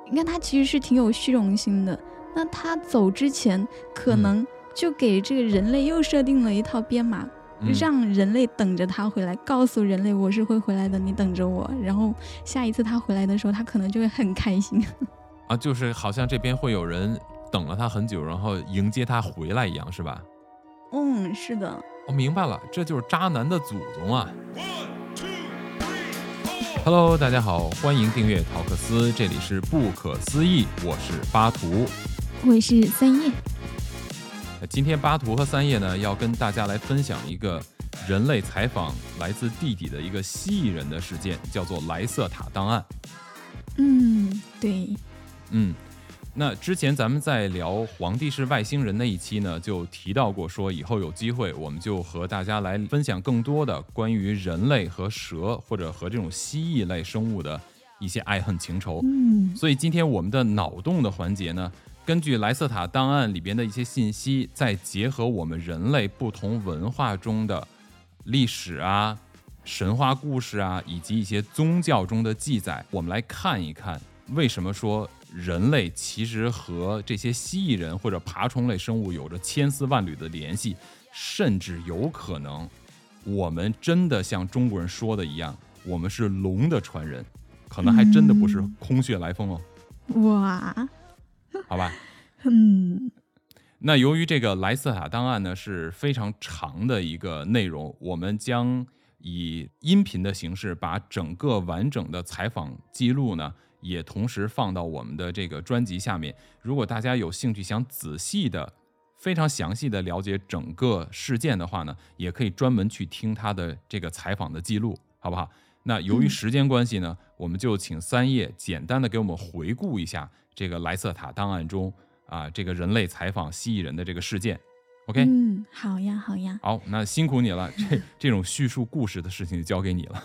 你看他其实是挺有虚荣心的。那他走之前可能就给这个人类又设定了一套编码，让人类等着他回来，告诉人类我是会回来的，你等着我。然后下一次他回来的时候，他可能就会很开心啊，就是好像这边会有人等了他很久，然后迎接他回来一样，是吧？ 是的。 明白了，这就是渣男的祖宗啊。Hello， 大家好，欢迎订阅陶克斯，这里是不可思议，我是巴图， 我是三叶。 今天巴图和三叶呢，要跟大家来分享一个人类采访来自地底的一个蜥蜴人的事件，叫做莱瑟塔档案。 对。 那之前咱们在聊皇帝是外星人那一期呢，就提到过说以后有机会我们就和大家来分享更多的关于人类和蛇或者和这种蜥蜴类生物的一些爱恨情仇。所以今天我们的脑洞的环节呢，根据莱瑟塔档案里边的一些信息，再结合我们人类不同文化中的历史啊、神话故事啊，以及一些宗教中的记载，我们来看一看为什么说人类其实和这些蜥蜴人或者爬虫类生物有着千丝万缕的联系，甚至有可能我们真的像中国人说的一样，我们是龙的传人，可能还真的不是空穴来风哦。 哇， 好吧。那由于这个莱瑟塔档案呢是非常长的一个内容，我们将以音频的形式把整个完整的采访记录呢也同时放到我们的这个专辑下面。如果大家有兴趣想仔细的非常详细的了解整个事件的话呢，也可以专门去听他的这个采访的记录，好不好？那由于时间关系呢，我们就请三叶简单的给我们回顾一下这个莱瑟塔档案中这个人类采访蜥蜴人的这个事件。 OK。 好呀好呀。 好，那辛苦你了，这种叙述故事的事情就交给你了。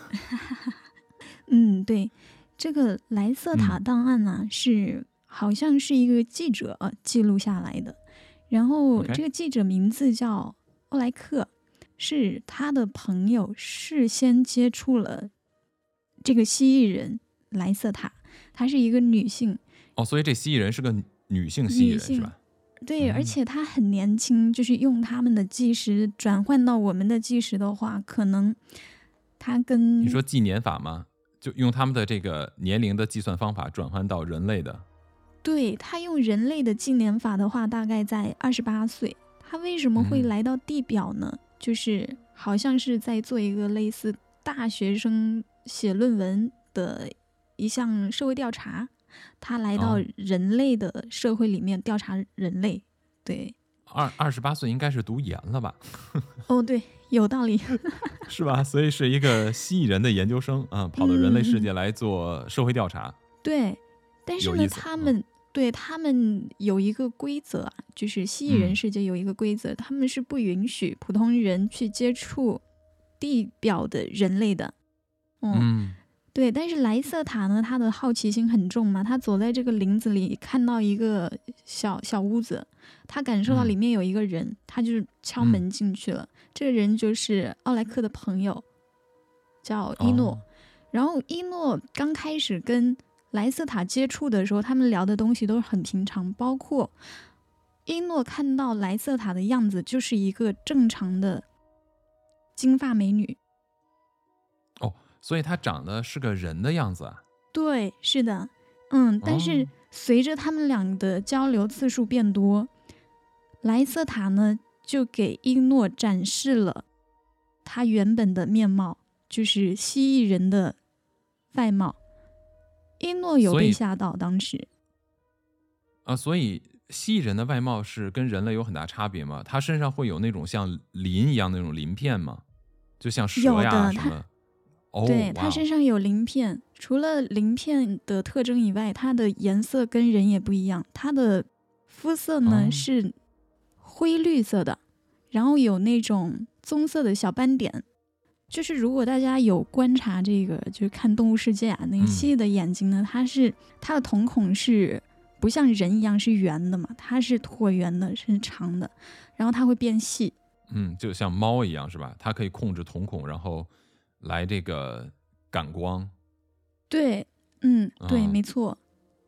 对，这个莱瑟塔档案呢，好像是一个记者记录下来的。然后这个记者名字叫欧莱克，是他的朋友事先接触了这个蜥蜴人莱瑟塔，她是一个女性。 所以这蜥蜴人是个女性蜥蜴人是吧？ 对，而且她很年轻，就是用他们的计时转换到我们的计时的话，可能她跟你说纪年法吗？就用他们的这个年龄的计算方法转换到人类的。 对，她用人类的纪年法的话，大概在28岁。她为什么会来到地表呢？就是好像是在做一个类似大学生写论文的一项社会调查。他来到人类的社会里面调查人类。对 ，28岁应该是读研了吧？ 对，有道理。 是吧？所以是一个蜥蜴人的研究生跑到人类世界来做社会调查。 对，但是呢，他们有一个规则就是蜥蜴人世界有一个规则，他们是不允许普通人去接触地表的人类的。对，但是莱瑟塔呢，他的好奇心很重嘛，他走在这个林子里，看到一个小屋子，他感受到里面有一个人，他就敲门进去了。这个人就是奥莱克的朋友，叫伊诺。然后伊诺刚开始跟莱瑟塔接触的时候，他们聊的东西都是很平常，包括伊诺看到莱瑟塔的样子就是一个正常的金发美女。 所以他长得是个人的样子啊？ 对，是的。但是随着他们俩的交流次数变多，莱瑟塔呢就给伊诺展示了他原本的面貌，就是蜥蜴人的外貌。伊诺有被吓到，当时所以蜥蜴人的外貌是跟人类有很大差别吗？他身上会有那种像鳞一样的那种鳞片吗？就像蛇呀什么？ 对，它身上有鳞片，除了鳞片的特征以外，它的颜色跟人也不一样。它的肤色呢是灰绿色的，然后有那种棕色的小斑点。就是如果大家有观察这个，就是看动物世界那个蜥蜴的眼睛呢，它的瞳孔是不像人一样是圆的嘛，它是椭圆的，是长的，然后它会变细。 就像猫一样是吧？它可以控制瞳孔，然后来这个感光。 对，对，没错。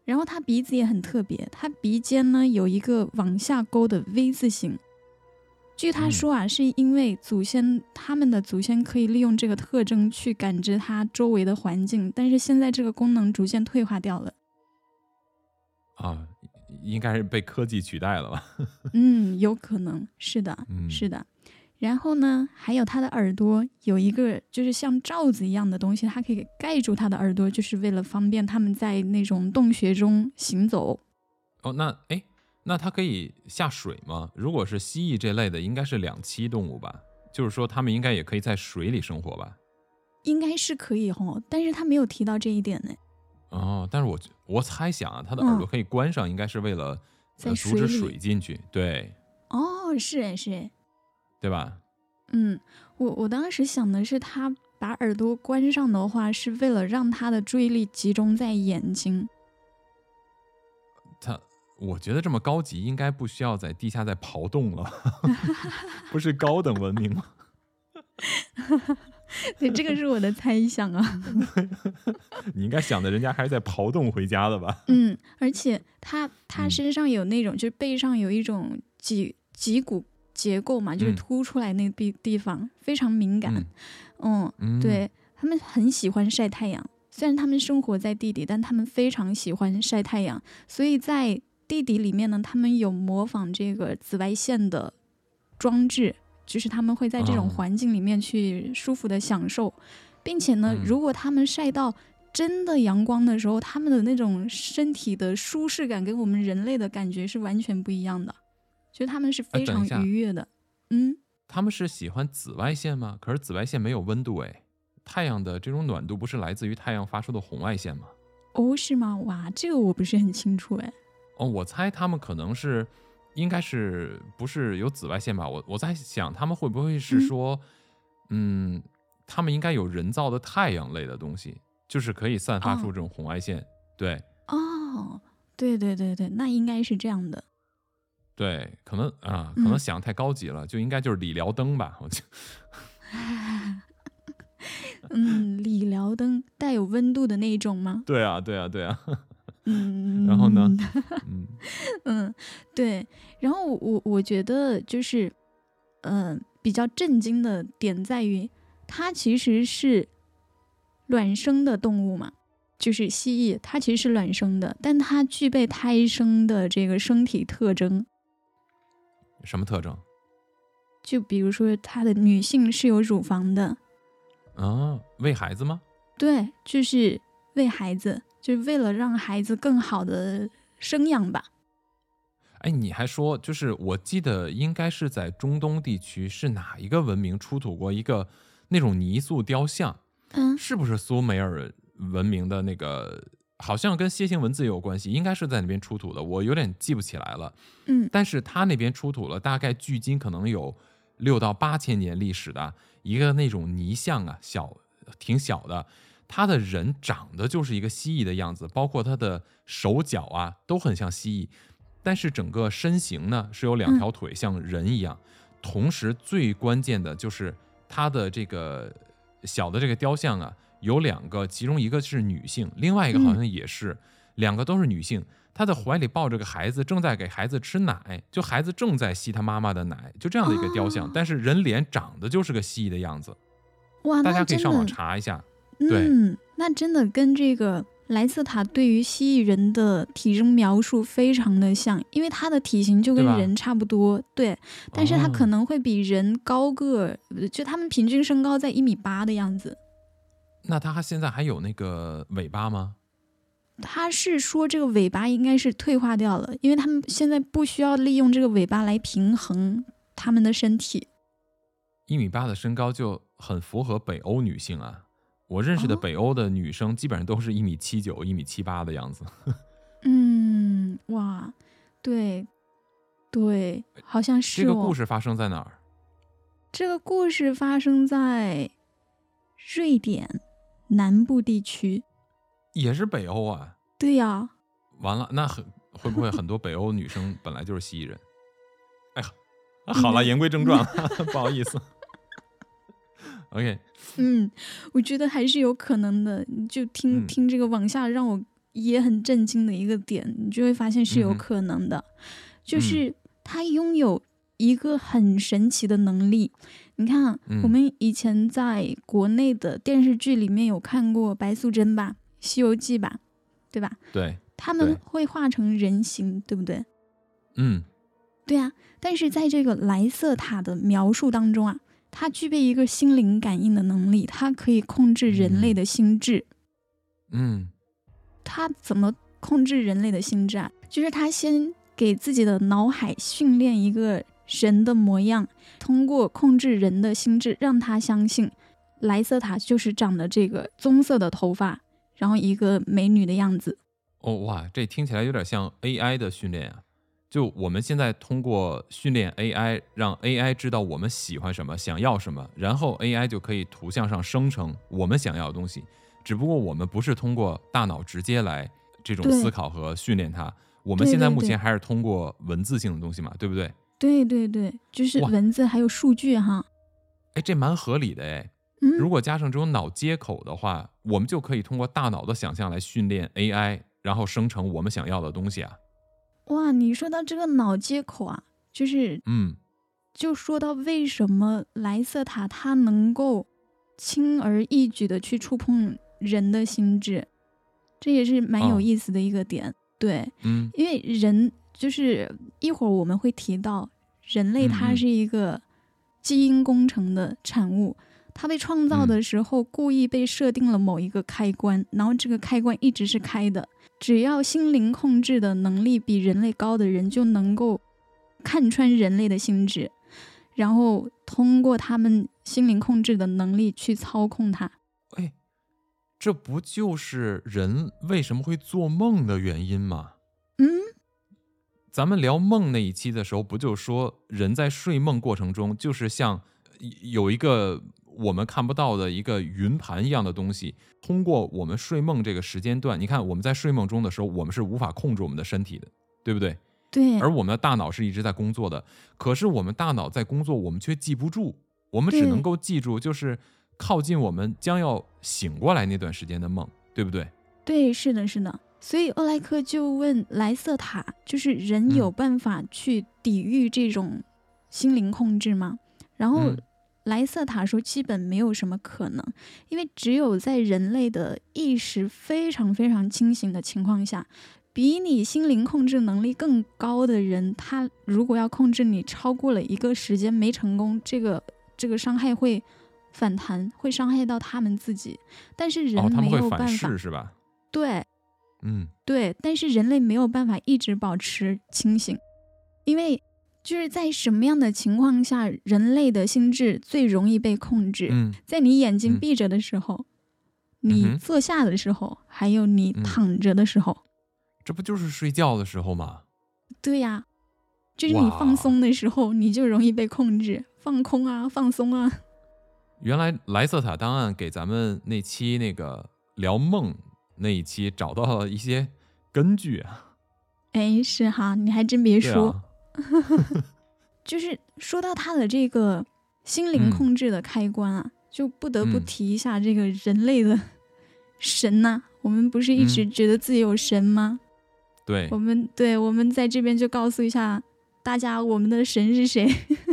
然后它鼻子也很特别，它鼻尖呢有一个往下勾的 V 字形。据他说啊，是因为他们的祖先可以利用这个特征去感知它周围的环境，但是现在这个功能逐渐退化掉了。 啊，应该是被科技取代了吧？ 有可能是的，是的。然后呢，还有它的耳朵有一个就是像罩子一样的东西，它可以盖住它的耳朵，就是为了方便他们在那种洞穴中行走。 哦，那它可以下水吗？如果是蜥蜴这类的，应该是两栖动物吧？就是说它们应该也可以在水里生活吧？ 应该是可以哦，但是他没有提到这一点呢。 哦，但是我猜想啊，它的耳朵可以关上，应该是为了阻止水进去。对。 哦，是哎， 对吧？ 我当时想的是，他把耳朵关上的话，是为了让他的注意力集中在眼睛。 我觉得这么高级，应该不需要在地下再刨洞了，不是高等文明吗？ 对，这个是我的猜想啊。 你应该想的人家还是在刨洞回家的吧？ 而且他身上有那种，就是背上有一种脊骨结构嘛，就是凸出来那个地方非常敏感。对，他们很喜欢晒太阳，虽然他们生活在地底，但他们非常喜欢晒太阳，所以在地底里面呢，他们有模仿这个紫外线的装置，就是他们会在这种环境里面去舒服的享受，并且呢，如果他们晒到真的阳光的时候，他们的那种身体的舒适感跟我们人类的感觉是完全不一样的，就他们是非常愉悦的。 他们是喜欢紫外线吗？可是紫外线没有温度哎，太阳的这种暖度不是来自于太阳发出的红外线吗？ 哦，是吗？哇，这个我不是很清楚哎。 我猜他们可能是，应该是不是有紫外线吧？我在想他们会不会是说，他们应该有人造的太阳类的东西，就是可以散发出这种红外线。对。 哦，对，那应该是这样的。 对，可能想太高级了，就应该就是理疗灯吧，我就。 理疗灯带有温度的那一种吗？ 对啊。然后呢？ 对。然后我觉得就是，比较震惊的点在于，它其实是卵生的动物嘛，就是蜥蜴，它其实是卵生的，但它具备胎生的这个身体特征。 什么特征？ 就比如说，它的女性是有乳房的。 喂孩子吗？ 对，就是喂孩子。就是为了让孩子更好的生养吧。 你还说，就是我记得应该是在中东地区，是哪一个文明出土过一个那种泥塑雕像？是不是苏美尔文明的那个？好像跟楔形文字也有关系，应该是在那边出土的，我有点记不起来了。但是他那边出土了，大概距今可能有6到8千年历史的一个那种泥像啊，挺小的。他的人长得就是一个蜥蜴的样子，包括他的手脚啊都很像蜥蜴，但是整个身形呢是有2条腿像人一样。同时最关键的就是他的这个小的这个雕像啊，有2个，其中一个是女性，另外一个好像也是，2个都是女性。他的怀里抱着个孩子，正在给孩子吃奶，就孩子正在吸他妈妈的奶，就这样的一个雕像。但是人脸长得就是个蜥蜴的样子。 哇， 大家可以上网查一下。 那真的跟这个莱斯塔对于蜥蜴人的体征描述非常的像，因为它的体型就跟人差不多。对，但是它可能会比人高个，就他们平均身高在1.8米的样子。 那它现在还有那个尾巴吗？ 他是说这个尾巴应该是退化掉了，因为他们现在不需要利用这个尾巴来平衡他们的身体。 1.8米的身高就很符合北欧女性啊。我认识的北欧的女生基本上都是1.79米、1.78米的样子。 哇，对，好像是。 这个故事发生在哪儿？ 这个故事发生在瑞典南部地区。 也是北欧啊？ 对呀。 完了，那会不会很多北欧女生本来就是蜥蜴人？哎呀，好了，言归正传了，不好意思。OK。 我觉得还是有可能的。就听这个往下让我也很震惊的一个点，你就会发现是有可能的，就是他拥有一个很神奇的能力。你看，我们以前在国内的电视剧里面有看过白素贞吧，《西游记》吧，对吧？ 对， 他们会化成人形，对不对？对啊。但是在这个莱瑟塔的描述当中啊，他具备一个心灵感应的能力，他可以控制人类的心智。他怎么控制人类的心智啊？就是他先给自己的脑海训练一个人的模样，通过控制人的心智，让他相信莱瑟塔就是长得这个棕色的头发，然后一个美女的样子。 哇，这听起来有点像 AI 的训练啊。就我们现在通过训练 AI， 让 AI 知道我们喜欢什么，想要什么，然后 AI 就可以图像上生成我们想要的东西。只不过我们不是通过大脑直接来这种思考和训练它，我们现在目前还是通过文字性的东西嘛，对不对？ 对对对，就是文字还有数据哈。 这蛮合理的哎。如果加上这种脑接口的话，我们就可以通过大脑的想象来训练 AI， 然后生成我们想要的东西啊。 哇，你说到这个脑接口啊，就说到为什么莱瑟塔它能够轻而易举的去触碰人的心智，这也是蛮有意思的一个点。对，因为人就是一会儿我们会提到，人类它是一个基因工程的产物，它被创造的时候故意被设定了某一个开关，然后这个开关一直是开的。只要心灵控制的能力比人类高的人，就能够看穿人类的心智，然后通过他们心灵控制的能力去操控它。 这不就是人为什么会做梦的原因吗？咱们聊梦那一期的时候，不就说人在睡梦过程中，就是像有一个我们看不到的一个云盘一样的东西，通过我们睡梦这个时间段，你看我们在睡梦中的时候，我们是无法控制我们的身体的，对不对？ 对。 而我们的大脑是一直在工作的，可是我们大脑在工作，我们却记不住，我们只能够记住就是靠近我们将要醒过来那段时间的梦，对不对？ 对，是的，是的。所以欧莱克就问莱瑟塔，就是人有办法去抵御这种心灵控制吗？然后莱瑟塔说基本没有什么可能，因为只有在人类的意识非常非常清醒的情况下，比你心灵控制能力更高的人，他如果要控制你超过了一个时间没成功，这个伤害会反弹，会伤害到他们自己。但是人没有办法， 他们会反噬是吧？ 对，对，但是人类没有办法一直保持清醒，因为就是在什么样的情况下人类的心智最容易被控制？在你眼睛闭着的时候，你坐下的时候，还有你躺着的时候。 这不就是睡觉的时候吗？ 对呀，就是你放松的时候，你就容易被控制，放空啊，放松啊。 原来莱瑟塔档案给咱们那期那个聊梦那一期找到了一些根据啊。 是哈，你还真别说。就是说到他的这个心灵控制的开关啊，就不得不提一下这个人类的神呐。我们不是一直觉得自己有神吗？ 对， 我们在这边就告诉一下大家，我们的神是谁？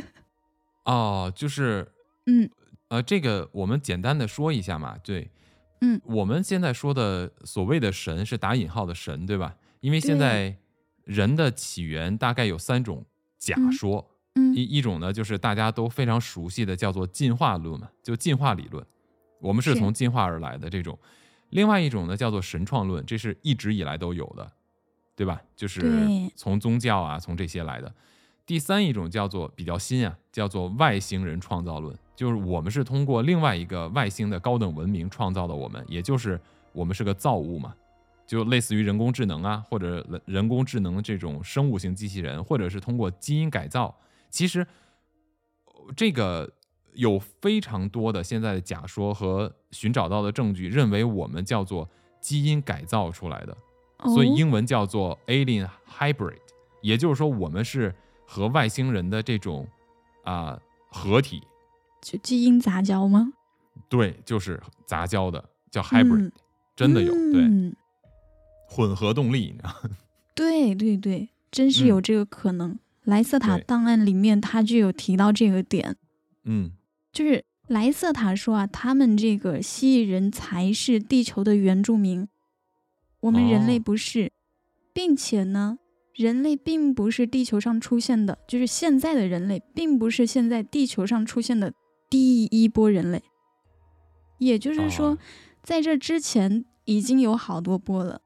就是这个我们简单的说一下嘛。对，我们现在说的所谓的神是打引号的神，对吧？因为现在人的起源大概有3种假说。一种呢，就是大家都非常熟悉的叫做进化论嘛，就进化理论，我们是从进化而来的这种。另外一种呢叫做神创论，这是一直以来都有的，对吧？就是从宗教啊，从这些来的。第3一种叫做比较新啊，叫做外星人创造论，就是我们是通过另外一个外星的高等文明创造的我们，也就是我们是个造物嘛，就类似于人工智能啊，或者人工智能这种生物型机器人，或者是通过基因改造。其实这个有非常多的现在的假说和寻找到的证据，认为我们叫做基因改造出来的，所以英文叫做 alien hybrid， 也就是说我们是和外星人的这种合体。 就基因杂交吗？ 对，就是杂交的，叫 hybrid，真的有。对， 混合动力。 对对对，真是有这个可能。莱瑟塔档案里面他就有提到这个点。就是莱瑟塔说啊，他们这个蜥蜴人才是地球的原住民，我们人类不是，并且呢，人类并不是地球上出现的，就是现在的人类并不是现在地球上出现的第一波人类，也就是说，在这之前已经有好多波了。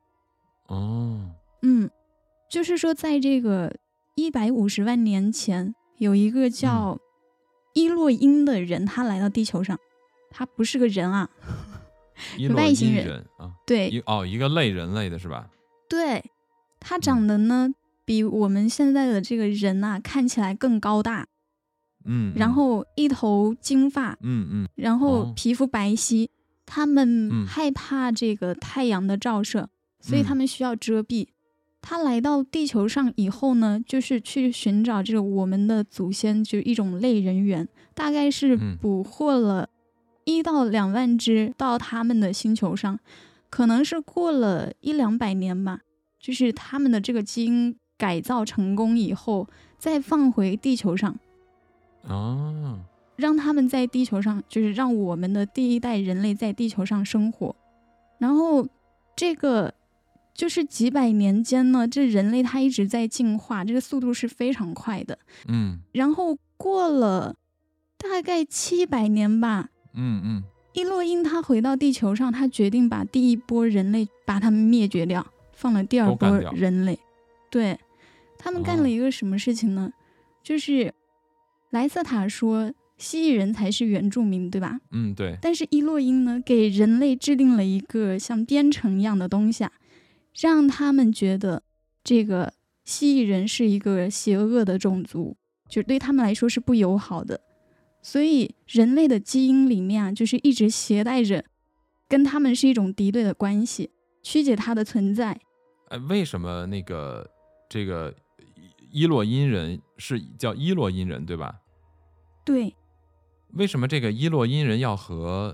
就是说，在这个150万年前，有一个叫伊洛因的人，他来到地球上，他不是个人啊，外星人啊， 对， 一个类人类的是吧？ 对，他长得呢，比我们现在的这个人啊看起来更高大，然后一头金发，然后皮肤白皙，他们害怕这个太阳的照射，所以他们需要遮蔽。他来到地球上以后呢，就是去寻找这个我们的祖先，就一种类人猿，大概是捕获了1到2万只到他们的星球上，可能是过了100-200年吧，就是他们的这个基因改造成功以后，再放回地球上，让他们在地球上，就是让我们的第一代人类在地球上生活。然后这个就是几百年间呢，这人类他一直在进化，这个速度是非常快的。然后过了大概700年吧，伊洛因他回到地球上，他决定把第一波人类把他们灭绝掉，放了第二波人类。对，他们干了一个什么事情呢？就是莱瑟塔说蜥蜴人才是原住民，对吧？ 对。 但是伊洛因呢，给人类制定了一个像编程一样的东西啊，让他们觉得这个蜥蜴人是一个邪恶的种族，就对他们来说是不友好的。所以人类的基因里面啊，就是一直携带着跟他们是一种敌对的关系，曲解它的存在。 为什么这个伊洛因人是叫伊洛因人对吧？ 对。 为什么这个伊洛因人要和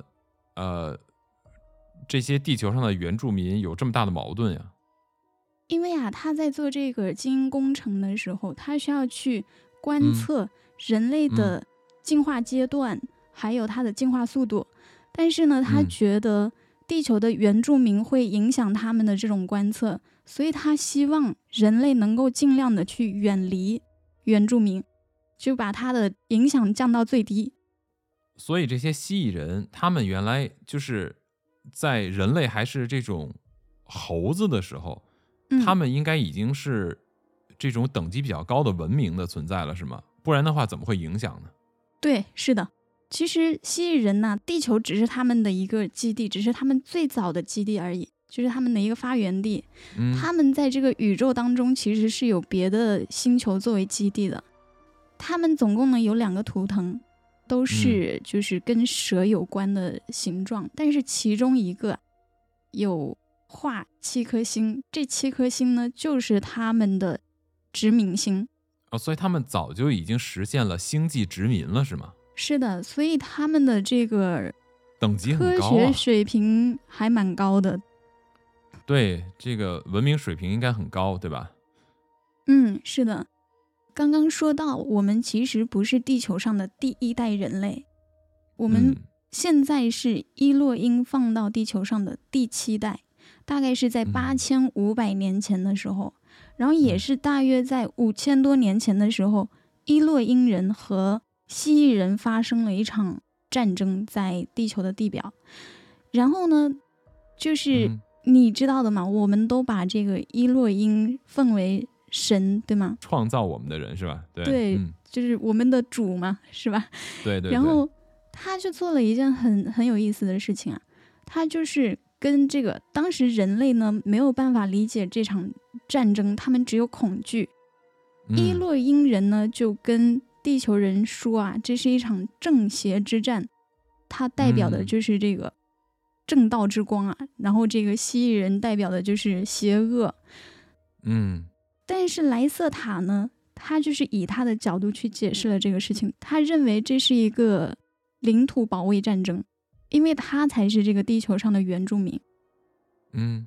这些地球上的原住民有这么大的矛盾呀？ 因为啊，他在做这个基因工程的时候，他需要去观测人类的进化阶段，还有它的进化速度。但是呢，他觉得地球的原住民会影响他们的这种观测，所以他希望人类能够尽量的去远离原住民，就把它的影响降到最低。 所以这些蜥蜴人，他们原来就是在人类还是这种猴子的时候，他们应该已经是这种等级比较高的文明的存在了，是吗？不然的话怎么会影响呢？ 对，是的。其实蜥蜴人呢，地球只是他们的一个基地，只是他们最早的基地而已，就是他们的一个发源地。他们在这个宇宙当中其实是有别的星球作为基地的。他们总共呢有2个图腾，都是就是跟蛇有关的形状，但是其中一个有画7颗星，这7颗星呢就是他们的殖民星。 所以他们早就已经实现了星际殖民了，是吗？ 是的，所以他们的这个等级很高， 科学水平还蛮高的。 对，这个文明水平应该很高，对吧？ 是的。刚刚说到，我们其实不是地球上的第一代人类，我们现在是伊洛因放到地球上的第7代，大概是在8500年前的时候，然后也是大约在5000多年前的时候，伊洛因人和蜥蜴人发生了一场战争在地球的地表。然后呢，就是你知道的嘛，我们都把这个伊洛因奉为神，对吗？ 创造我们的人是吧？ 对，就是我们的主嘛，是吧？ 对。 然后他就做了一件很有意思的事情啊，他就是跟这个当时人类呢没有办法理解这场战争，他们只有恐惧。伊洛因人呢就跟地球人说啊，这是一场正邪之战，它代表的就是这个正道之光啊，然后这个蜥蜴人代表的就是邪恶。但是莱瑟塔呢，他就是以他的角度去解释了这个事情，他认为这是一个领土保卫战争，因为他才是这个地球上的原住民。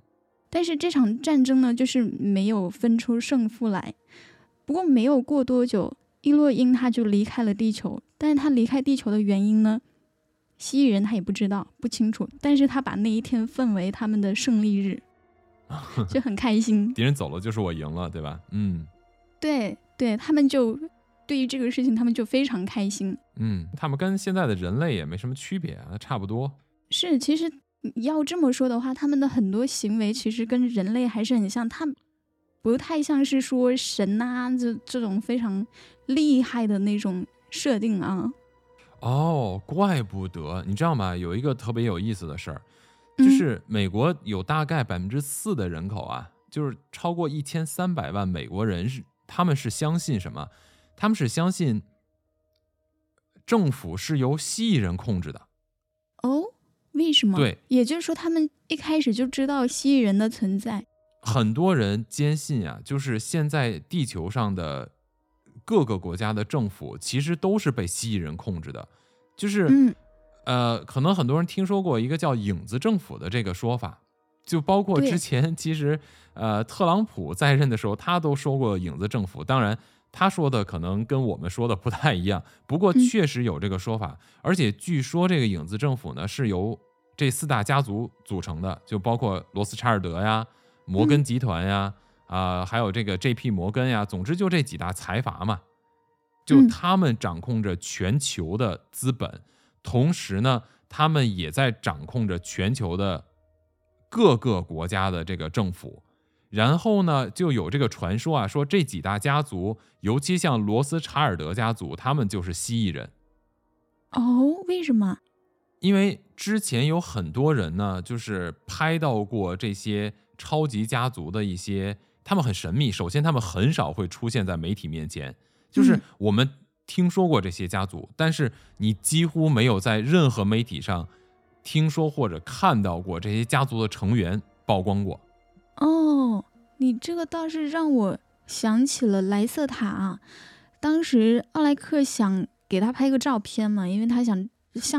但是这场战争呢，就是没有分出胜负来。不过没有过多久，伊洛因他就离开了地球，但是他离开地球的原因呢，蜥蜴人他也不知道，不清楚，但是他把那一天奉为他们的胜利日，就很开心。 敌人走了就是我赢了，对吧？ 对对，他们就对于这个事情他们就非常开心。 他们跟现在的人类也没什么区别啊，差不多。 是，其实要这么说的话，他们的很多行为其实跟人类还是很像，他不太像是说神啊这种非常厉害的那种设定啊。 哦，怪不得。你知道吗？有一个特别有意思的事儿，就是美国有大概4%的人口啊，就是超过1300万美国人他们是相信什么？他们是相信政府是由蜥蜴人控制的。 哦，为什么？ 对， 也就是说他们一开始就知道蜥蜴人的存在。 很多人坚信啊，就是现在地球上的各个国家的政府其实都是被蜥蜴人控制的，就是可能很多人听说过一个叫影子政府的这个说法，就包括之前其实特朗普在任的时候他都说过影子政府，当然他说的可能跟我们说的不太一样，不过确实有这个说法。而且据说这个影子政府呢是由这4大家族组成的，就包括罗斯柴尔德呀、摩根集团呀，还有这个 JP 摩根呀，总之就这几大财阀嘛，就他们掌控着全球的资本，同时呢，他们也在掌控着全球的各个国家的这个政府。然后呢，就有这个传说啊，说这几大家族，尤其像罗斯柴尔德家族，他们就是蜥蜴人。 哦，为什么？ 因为之前有很多人呢，就是拍到过这些超级家族的一些，他们很神秘。首先，他们很少会出现在媒体面前，就是我们听说过这些家族，但是你几乎没有在任何媒体上听说或者看到过这些家族的成员曝光过。 哦，你这个倒是让我想起了莱瑟塔。当时奥莱克想给他拍个照片嘛，因为他想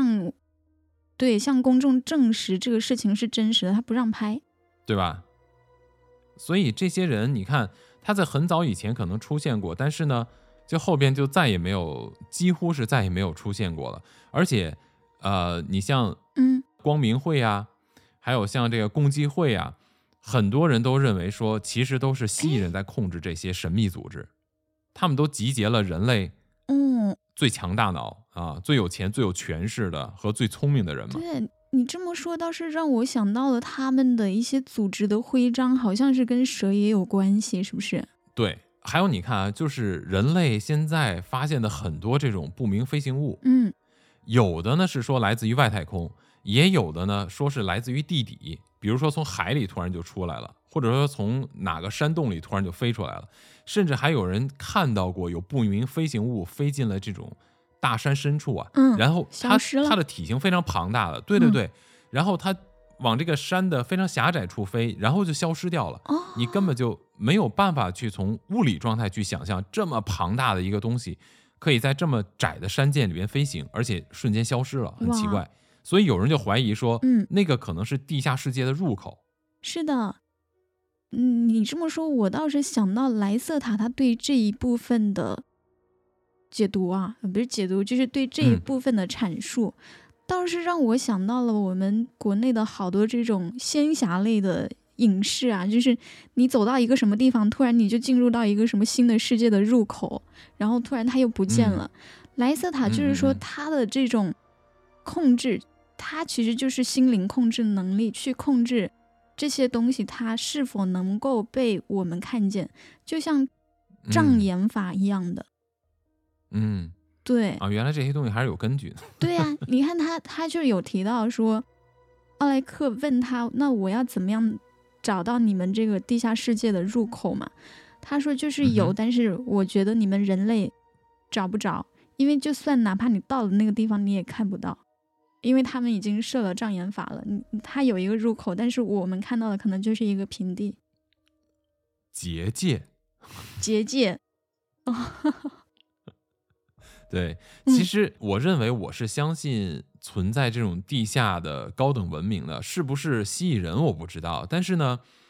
向公众证实这个事情是真实的，他不让拍， 对吧？所以这些人你看他在很早以前可能出现过，但是呢就后边就再也没有，几乎是再也没有出现过了。而且你像光明会啊，还有像这个共济会啊，很多人都认为说其实都是蜥蜴人在控制这些神秘组织，他们都集结了人类最强大脑啊，最有钱最有权势的和最聪明的人嘛。 对，你这么说倒是让我想到了他们的一些组织的徽章好像是跟蛇也有关系，是不是？ 对，还有你看啊，就是人类现在发现的很多这种不明飞行物，有的呢是说来自于外太空，也有的呢说是来自于地底，比如说从海里突然就出来了，或者说从哪个山洞里突然就飞出来了，甚至还有人看到过有不明飞行物飞进了这种大山深处啊，然后它的体型非常庞大的，对对对，然后它往这个山的非常狭窄处飞，然后就消失掉了。你根本就没有办法去从物理状态去想象这么庞大的一个东西可以在这么窄的山涧里面飞行，而且瞬间消失了，很奇怪。所以有人就怀疑说，那个可能是地下世界的入口。 是的，你这么说，我倒是想到莱瑟塔他对这一部分的解读啊，不是解读，就是对这一部分的阐述，倒是让我想到了我们国内的好多这种仙侠类的影视啊，就是你走到一个什么地方，突然你就进入到一个什么新的世界的入口，然后突然它又不见了。莱瑟塔就是说他的这种控制，它其实就是心灵控制能力，去控制这些东西它是否能够被我们看见，就像障眼法一样的。对啊，原来这些东西还是有根据的。 对啊，你看他就有提到说，奥莱克问他，那我要怎么样找到你们这个地下世界的入口嘛？他说就是有，但是我觉得你们人类找不着，因为就算哪怕你到了那个地方，你也看不到，因为他们已经设了障眼法了。他有一个入口，但是我们看到的可能就是一个平地。 结界。对，其实我认为我是相信存在这种地下的高等文明的，是不是蜥蜴人我不知道，但是呢，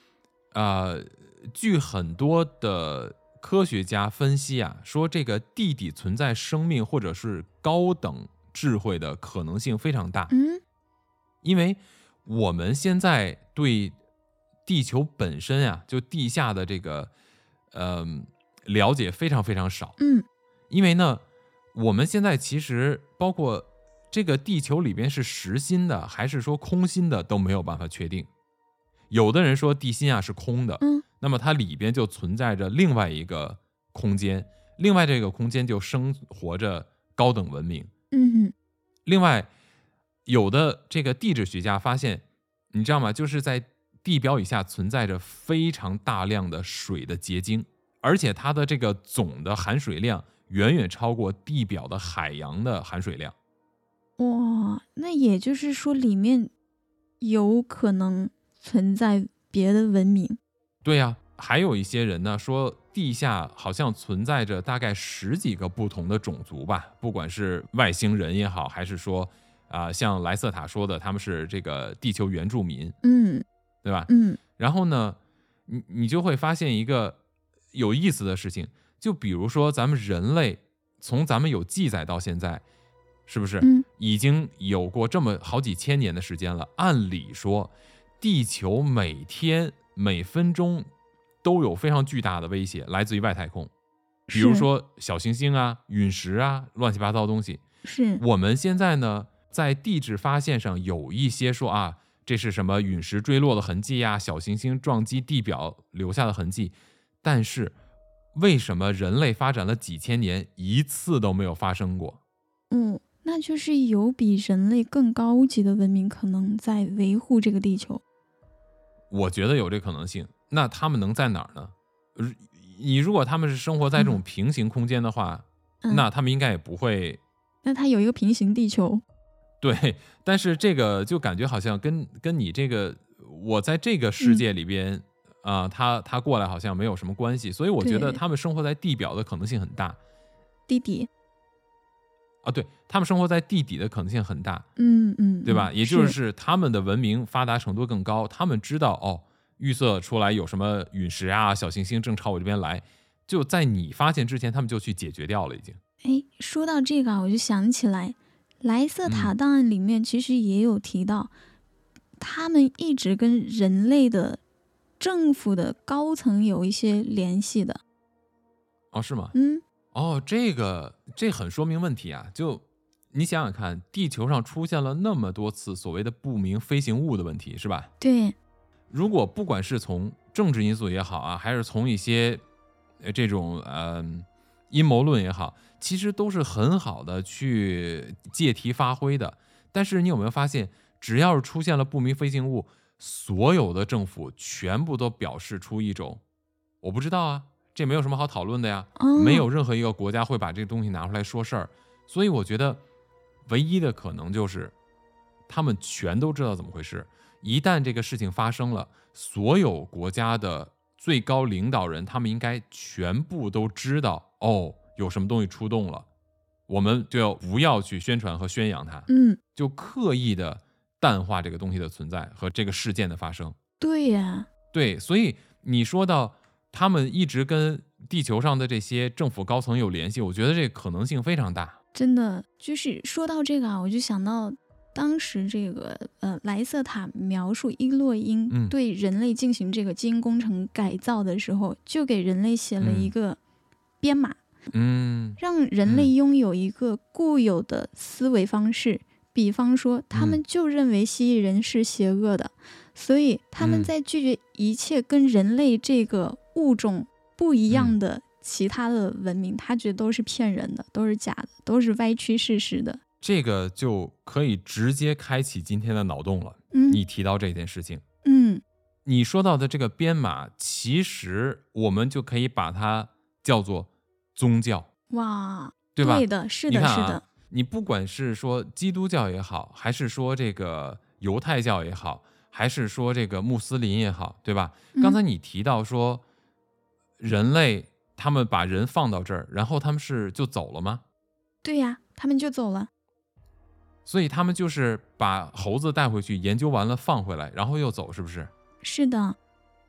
据很多的科学家分析啊，说这个地底存在生命或者是高等智慧的可能性非常大。因为我们现在对地球本身啊，就地下的这个了解非常非常少。因为呢，我们现在其实包括这个地球里边是实心的还是说空心的都没有办法确定。有的人说地心啊是空的，那么它里边就存在着另外一个空间，另外这个空间就生活着高等文明。另外有的这个地质学家发现，你知道吗？就是在地表以下存在着非常大量的水的结晶，而且它的这个总的含水量远远超过地表的海洋的含水量。 哇，那也就是说里面有可能存在别的文明。 对呀，还有一些人呢说地下好像存在着大概10几个不同的种族吧，不管是外星人也好，还是说像莱瑟塔说的他们是这个地球原住民，对吧？然后呢，你就会发现一个有意思的事情，就比如说咱们人类从咱们有记载到现在，是不是已经有过这么好几千年的时间了？按理说地球每天每分钟都有非常巨大的威胁来自于外太空，比如说小行星啊、陨石啊、乱七八糟的东西。 是我们现在呢在地质发现上有一些说这是什么陨石坠落的痕迹啊，小行星撞击地表留下的痕迹，但是为什么人类发展了几千年一次都没有发生过？ 那就是有比人类更高级的文明可能在维护这个地球。 我觉得有这可能性。那他们能在哪儿呢？你如果他们是生活在这种平行空间的话，那他们应该也不会。 那它有一个平行地球。 对，但是这个就感觉好像跟你这个我在这个世界里边他过来好像没有什么关系，所以我觉得他们生活在地表的可能性很大。 地底对，他们生活在地底的可能性很大。对吧？也就是他们的文明发达程度更高，他们知道预测出来有什么陨石啊、小行星正朝我这边来，就在你发现之前他们就去解决掉了已经。 说到这个我就想起来莱瑟塔档案里面其实也有提到，他们一直跟人类的政府的高层有一些联系的。 是吗？这很说明问题啊。就你想想看，地球上出现了那么多次所谓的不明飞行物的问题，是吧？ 对。 如果不管是从政治因素也好还是从一些这种阴谋论也好，其实都是很好的去借题发挥的。但是你有没有发现，只要是出现了不明飞行物，所有的政府全部都表示出一种我不知道这没有什么好讨论的呀，没有任何一个国家会把这个东西拿出来说事儿。所以我觉得唯一的可能就是他们全都知道怎么回事，一旦这个事情发生了，所有国家的最高领导人他们应该全部都知道有什么东西出动了，我们就要不要去宣传和宣扬它，就刻意的淡化这个东西的存在和这个事件的发生。 对呀， 对，所以你说到他们一直跟地球上的这些政府高层有联系，我觉得这个可能性非常大。 真的，就是说到这个我就想到当时这个莱瑟塔描述伊洛因对人类进行这个基因工程改造的时候，就给人类写了一个编码，让人类拥有一个固有的思维方式。比方说他们就认为蜥蜴人是邪恶的，所以他们在拒绝一切跟人类这个物种不一样的其他的文明，他觉得都是骗人的，都是假的，都是歪曲事实的。 这个就可以直接开启今天的脑洞了。你提到这件事情，你说到的这个编码，其实我们就可以把它叫做宗教。 哇， 对吧？ 对的，是的，是的。 你不管是说基督教也好，还是说这个犹太教也好，还是说这个穆斯林也好，对吧？刚才你提到说人类他们把人放到这儿，然后他们是就走了吗？ 对呀，他们就走了。 所以他们就是把猴子带回去研究完了放回来，然后又走，是不是？ 是的。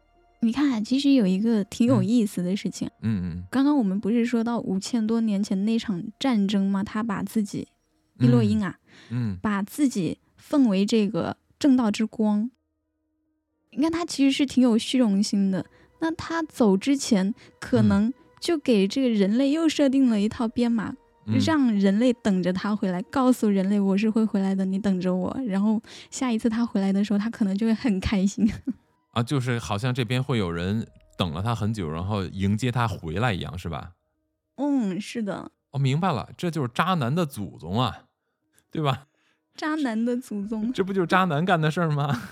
你看，其实有一个挺有意思的事情。刚刚我们不是说到5000多年前那场战争吗？他把自己伊洛因啊，把自己奉为这个正道之光。你看他其实是挺有虚荣心的。那他走之前，可能就给这个人类又设定了一套编码，让人类等着他回来，告诉人类我是会回来的，你等着我。然后下一次他回来的时候，他可能就会很开心。 啊，就是好像这边会有人等了他很久，然后迎接他回来一样，是吧？ 是的。 哦，明白了，这就是渣男的祖宗啊，对吧？ 渣男的祖宗， 这不就是渣男干的事儿吗？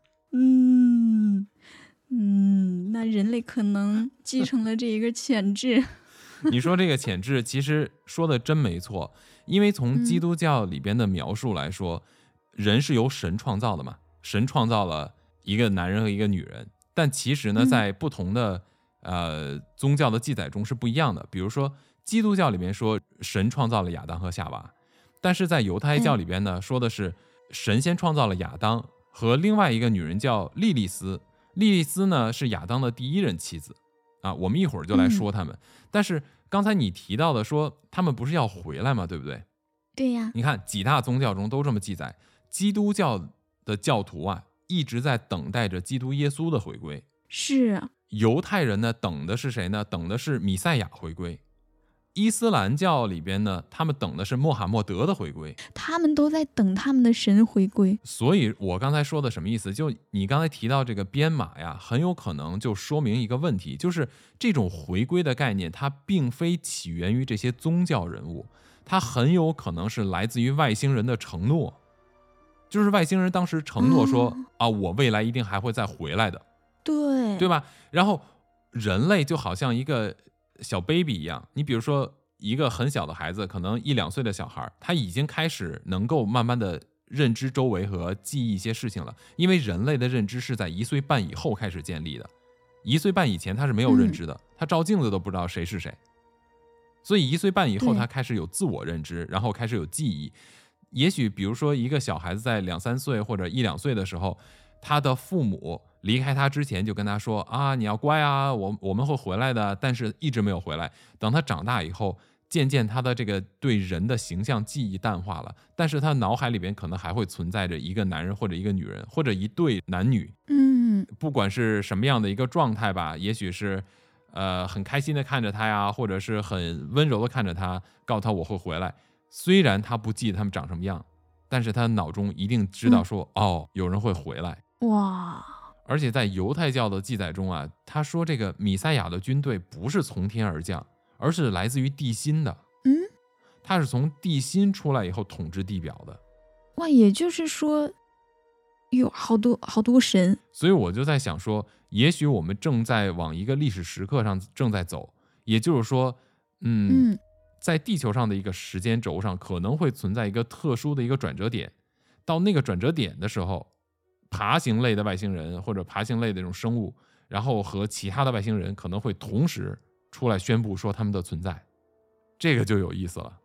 那人类可能继承了这一个潜质。 你说这个潜质，其实说的真没错，因为从基督教里边的描述来说，人是由神创造的嘛，神创造了一个男人和一个女人，但其实呢，在不同的宗教的记载中是不一样的。比如说，基督教里面说神创造了亚当和夏娃，但是在犹太教里边呢，说的是神先创造了亚当和另外一个女人叫莉莉丝，莉莉丝呢是亚当的第一任妻子啊。我们一会儿就来说他们。但是刚才你提到的说他们不是要回来吗？对不对？ 对呀。 你看几大宗教中都这么记载，基督教的教徒啊，一直在等待着基督耶稣的回归。 是。 犹太人呢，等的是谁呢？等的是弥赛亚回归。伊斯兰教里边呢，他们等的是穆罕默德的回归。 他们都在等他们的神回归。 所以我刚才说的什么意思？就你刚才提到这个编码呀，很有可能就说明一个问题，就是这种回归的概念，它并非起源于这些宗教人物，它很有可能是来自于外星人的承诺。就是外星人当时承诺说我未来一定还会再回来的，对吧？然后人类就好像一个小 baby 一样，你比如说一个很小的孩子，可能1、2岁的小孩，他已经开始能够慢慢的认知周围和记忆一些事情了，因为人类的认知是在1岁半以后开始建立的，1岁半以前他是没有认知的，他照镜子都不知道谁是谁，所以1岁半以后他开始有自我认知，然后开始有记忆。也许比如说一个小孩子在2、3岁或者1、2岁的时候，他的父母离开他之前就跟他说啊，你要乖啊，我们会回来的，但是一直没有回来。等他长大以后，渐渐他的这个对人的形象记忆淡化了，但是他脑海里边可能还会存在着一个男人或者一个女人或者一对男女，不管是什么样的一个状态吧，也许是很开心的看着他呀，或者是很温柔的看着他，告诉他我会回来。虽然他不记得他们长什么样，但是他脑中一定知道说有人会回来。 哇！ 而且在犹太教的记载中啊，他说这个弥赛亚的军队不是从天而降，而是来自于地心的。他是从地心出来以后统治地表的。 哇，也就是说有好多神。 所以我就在想说，也许我们正在往一个历史时刻上正在走，也就是说在地球上的一个时间轴上可能会存在一个特殊的一个转折点，到那个转折点的时候，爬行类的外星人或者爬行类的这种生物，然后和其他的外星人可能会同时出来宣布说他们的存在，这个就有意思了。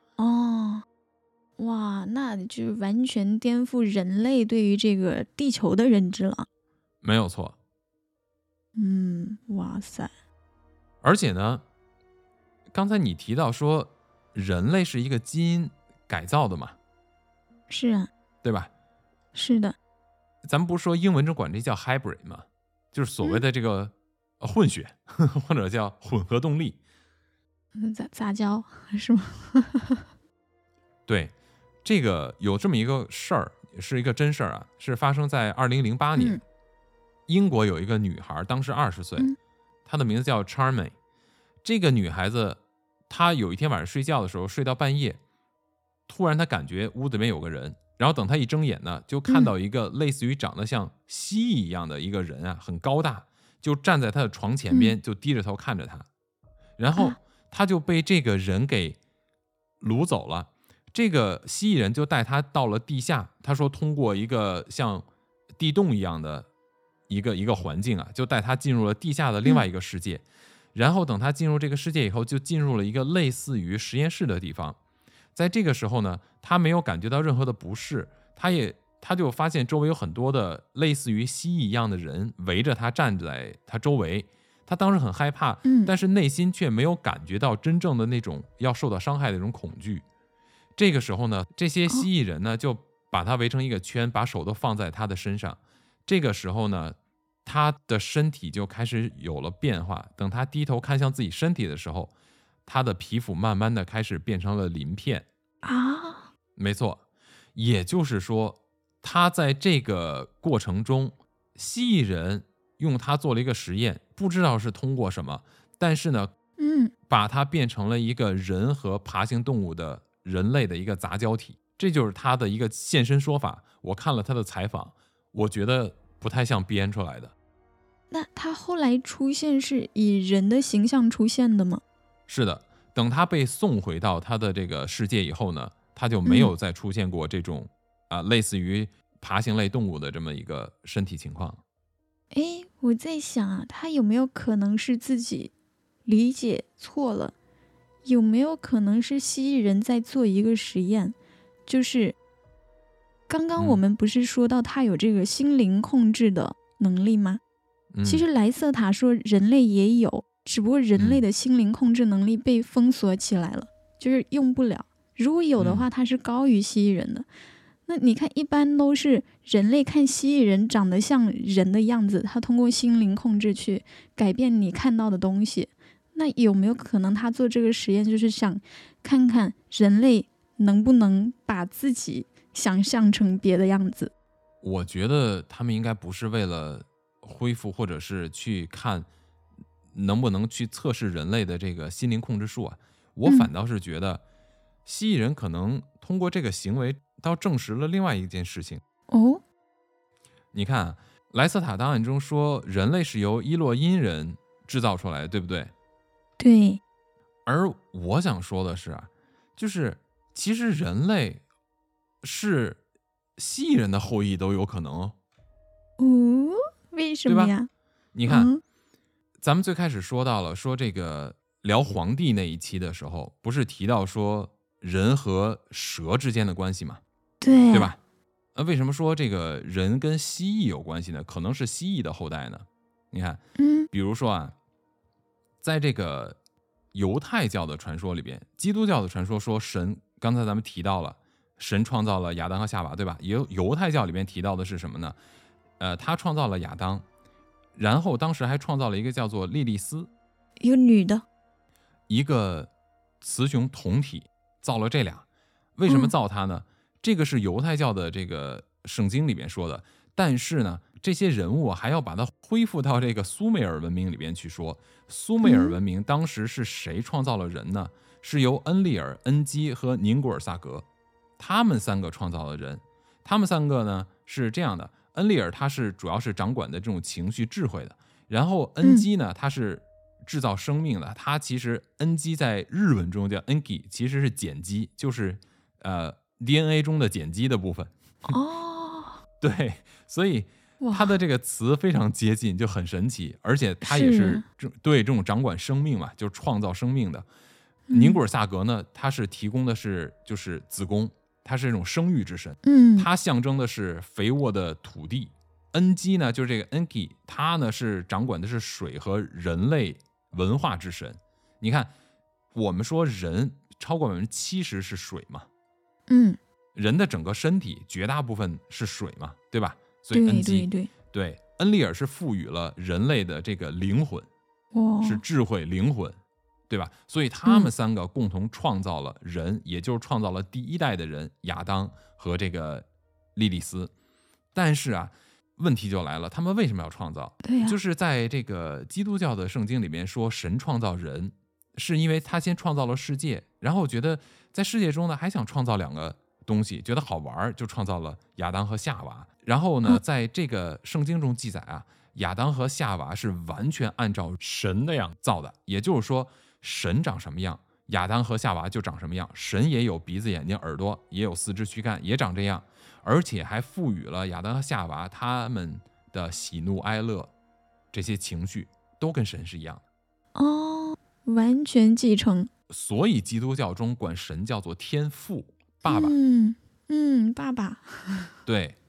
哇，那就完全颠覆人类对于这个地球的认知了。 没有错。 哇塞！ 而且呢，刚才你提到说人类是一个基因改造的嘛？ 是啊， 对吧？ 是的。 咱们不是说英文中管这叫 hybrid 吗？就是所谓的这个混血或者叫混合动力。 杂交是吗？ 对，这个有这么一个事儿，是一个真事儿啊，是发生在2008年。英国有一个女孩，当时20岁，她的名字叫 Charmaine。这个女孩子，她有一天晚上睡觉的时候，睡到半夜，突然她感觉屋子里面有个人，然后等她一睁眼呢，就看到一个类似于长得像蜥蜴一样的一个人啊，很高大，就站在她的床前边，就低着头看着她，然后她就被这个人给掳走了。这个蜥蜴人就带她到了地下，他说通过一个像地洞一样的一个环境啊，就带她进入了地下的另外一个世界。然后等他进入这个世界以后，就进入了一个类似于实验室的地方。在这个时候呢，他没有感觉到任何的不适，他也他就发现周围有很多的类似于蜥蜴一样的人围着他站在他周围，他当时很害怕，但是内心却没有感觉到真正的那种要受到伤害的那种恐惧。这个时候呢，这些蜥蜴人呢就把他围成一个圈，把手都放在他的身上。这个时候呢，他的身体就开始有了变化。等他低头看向自己身体的时候，他的皮肤慢慢的开始变成了鳞片啊。 没错，也就是说，他在这个过程中，蜥蜴人用他做了一个实验，不知道是通过什么，但是呢，把它变成了一个人和爬行动物的人类的一个杂交体，这就是他的一个现身说法。我看了他的采访，我觉得不太像编出来的。 那他后来出现是以人的形象出现的吗？ 是的，等他被送回到他的这个世界以后呢，他就没有再出现过这种类似于爬行类动物的这么一个身体情况。 我在想啊，他有没有可能是自己理解错了？有没有可能是蜥蜴人在做一个实验？就是刚刚我们不是说到他有这个心灵控制的能力吗？其实莱瑟塔说人类也有，只不过人类的心灵控制能力被封锁起来了，就是用不了。如果有的话，它是高于蜥蜴人的。那你看，一般都是人类看蜥蜴人长得像人的样子，他通过心灵控制去改变你看到的东西。那有没有可能他做这个实验就是想看看人类能不能把自己想象成别的样子？ 我觉得他们应该不是为了恢复，或者是去看能不能去测试人类的这个心灵控制术啊。我反倒是觉得蜥蜴人可能通过这个行为倒证实了另外一件事情。你看莱瑟塔档案中说人类是由伊洛因人制造出来的，对不对？ 对。 而我想说的是就是其实人类是蜥蜴人的后裔都有可能为什么呀？ 你看，咱们最开始说到了，说这个聊黄帝那一期的时候，不是提到说人和蛇之间的关系吗？对吧？为什么说这个人跟蜥蜴有关系呢？可能是蜥蜴的后代呢？你看，比如说在这个犹太教的传说里边，基督教的传说说神，刚才咱们提到了神创造了亚当和夏娃，对吧？犹太教里边提到的是什么呢？他创造了亚当，然后当时还创造了一个叫做莉莉丝， 一个女的， 一个雌雄同体，造了这俩。为什么造他呢？这个是犹太教的这个圣经里面说的，但是呢，这些人物还要把它恢复到这个苏美尔文明里边去说。苏美尔文明当时是谁创造了人呢？是由恩利尔、恩基和宁古尔萨格，他们三个创造了人。他们三个呢是这样的，恩利尔他是主要是掌管的这种情绪智慧的，然后恩基呢他是制造生命的，他其实恩基在日文中叫 Enki， 其实是碱基，就是DNA 中的碱基的部分。对，所以他的这个词非常接近，就很神奇，而且他也是对这种掌管生命嘛，就是创造生命的。宁古尔萨格呢，他是提供的是就是子宫，他是这种生育之神，他象征的是肥沃的土地。恩基呢，就是这个 Enki， 他呢是掌管的是水和人类文化之神。你看，我们说人超过70%是水嘛，人的整个身体绝大部分是水嘛，对吧？所以恩基对恩利尔是赋予了人类的这个灵魂，是智慧灵魂，对吧？所以他们三个共同创造了人，也就是创造了第一代的人亚当和这个莉莉丝。但是问题就来了，他们为什么要创造？就是在这个基督教的圣经里面说，神创造人是因为他先创造了世界，然后觉得在世界中呢还想创造两个东西，觉得好玩，就创造了亚当和夏娃。然后呢，在这个圣经中记载亚当和夏娃是完全按照神那样造的，也就是说神长什么样，亚当和夏娃就长什么样。神也有鼻子眼睛耳朵，也有四肢躯干，也长这样，而且还赋予了亚当和夏娃他们的喜怒哀乐这些情绪都跟神是一样的。 完全继承。 所以基督教中管神叫做天父，爸爸。 爸爸。 对，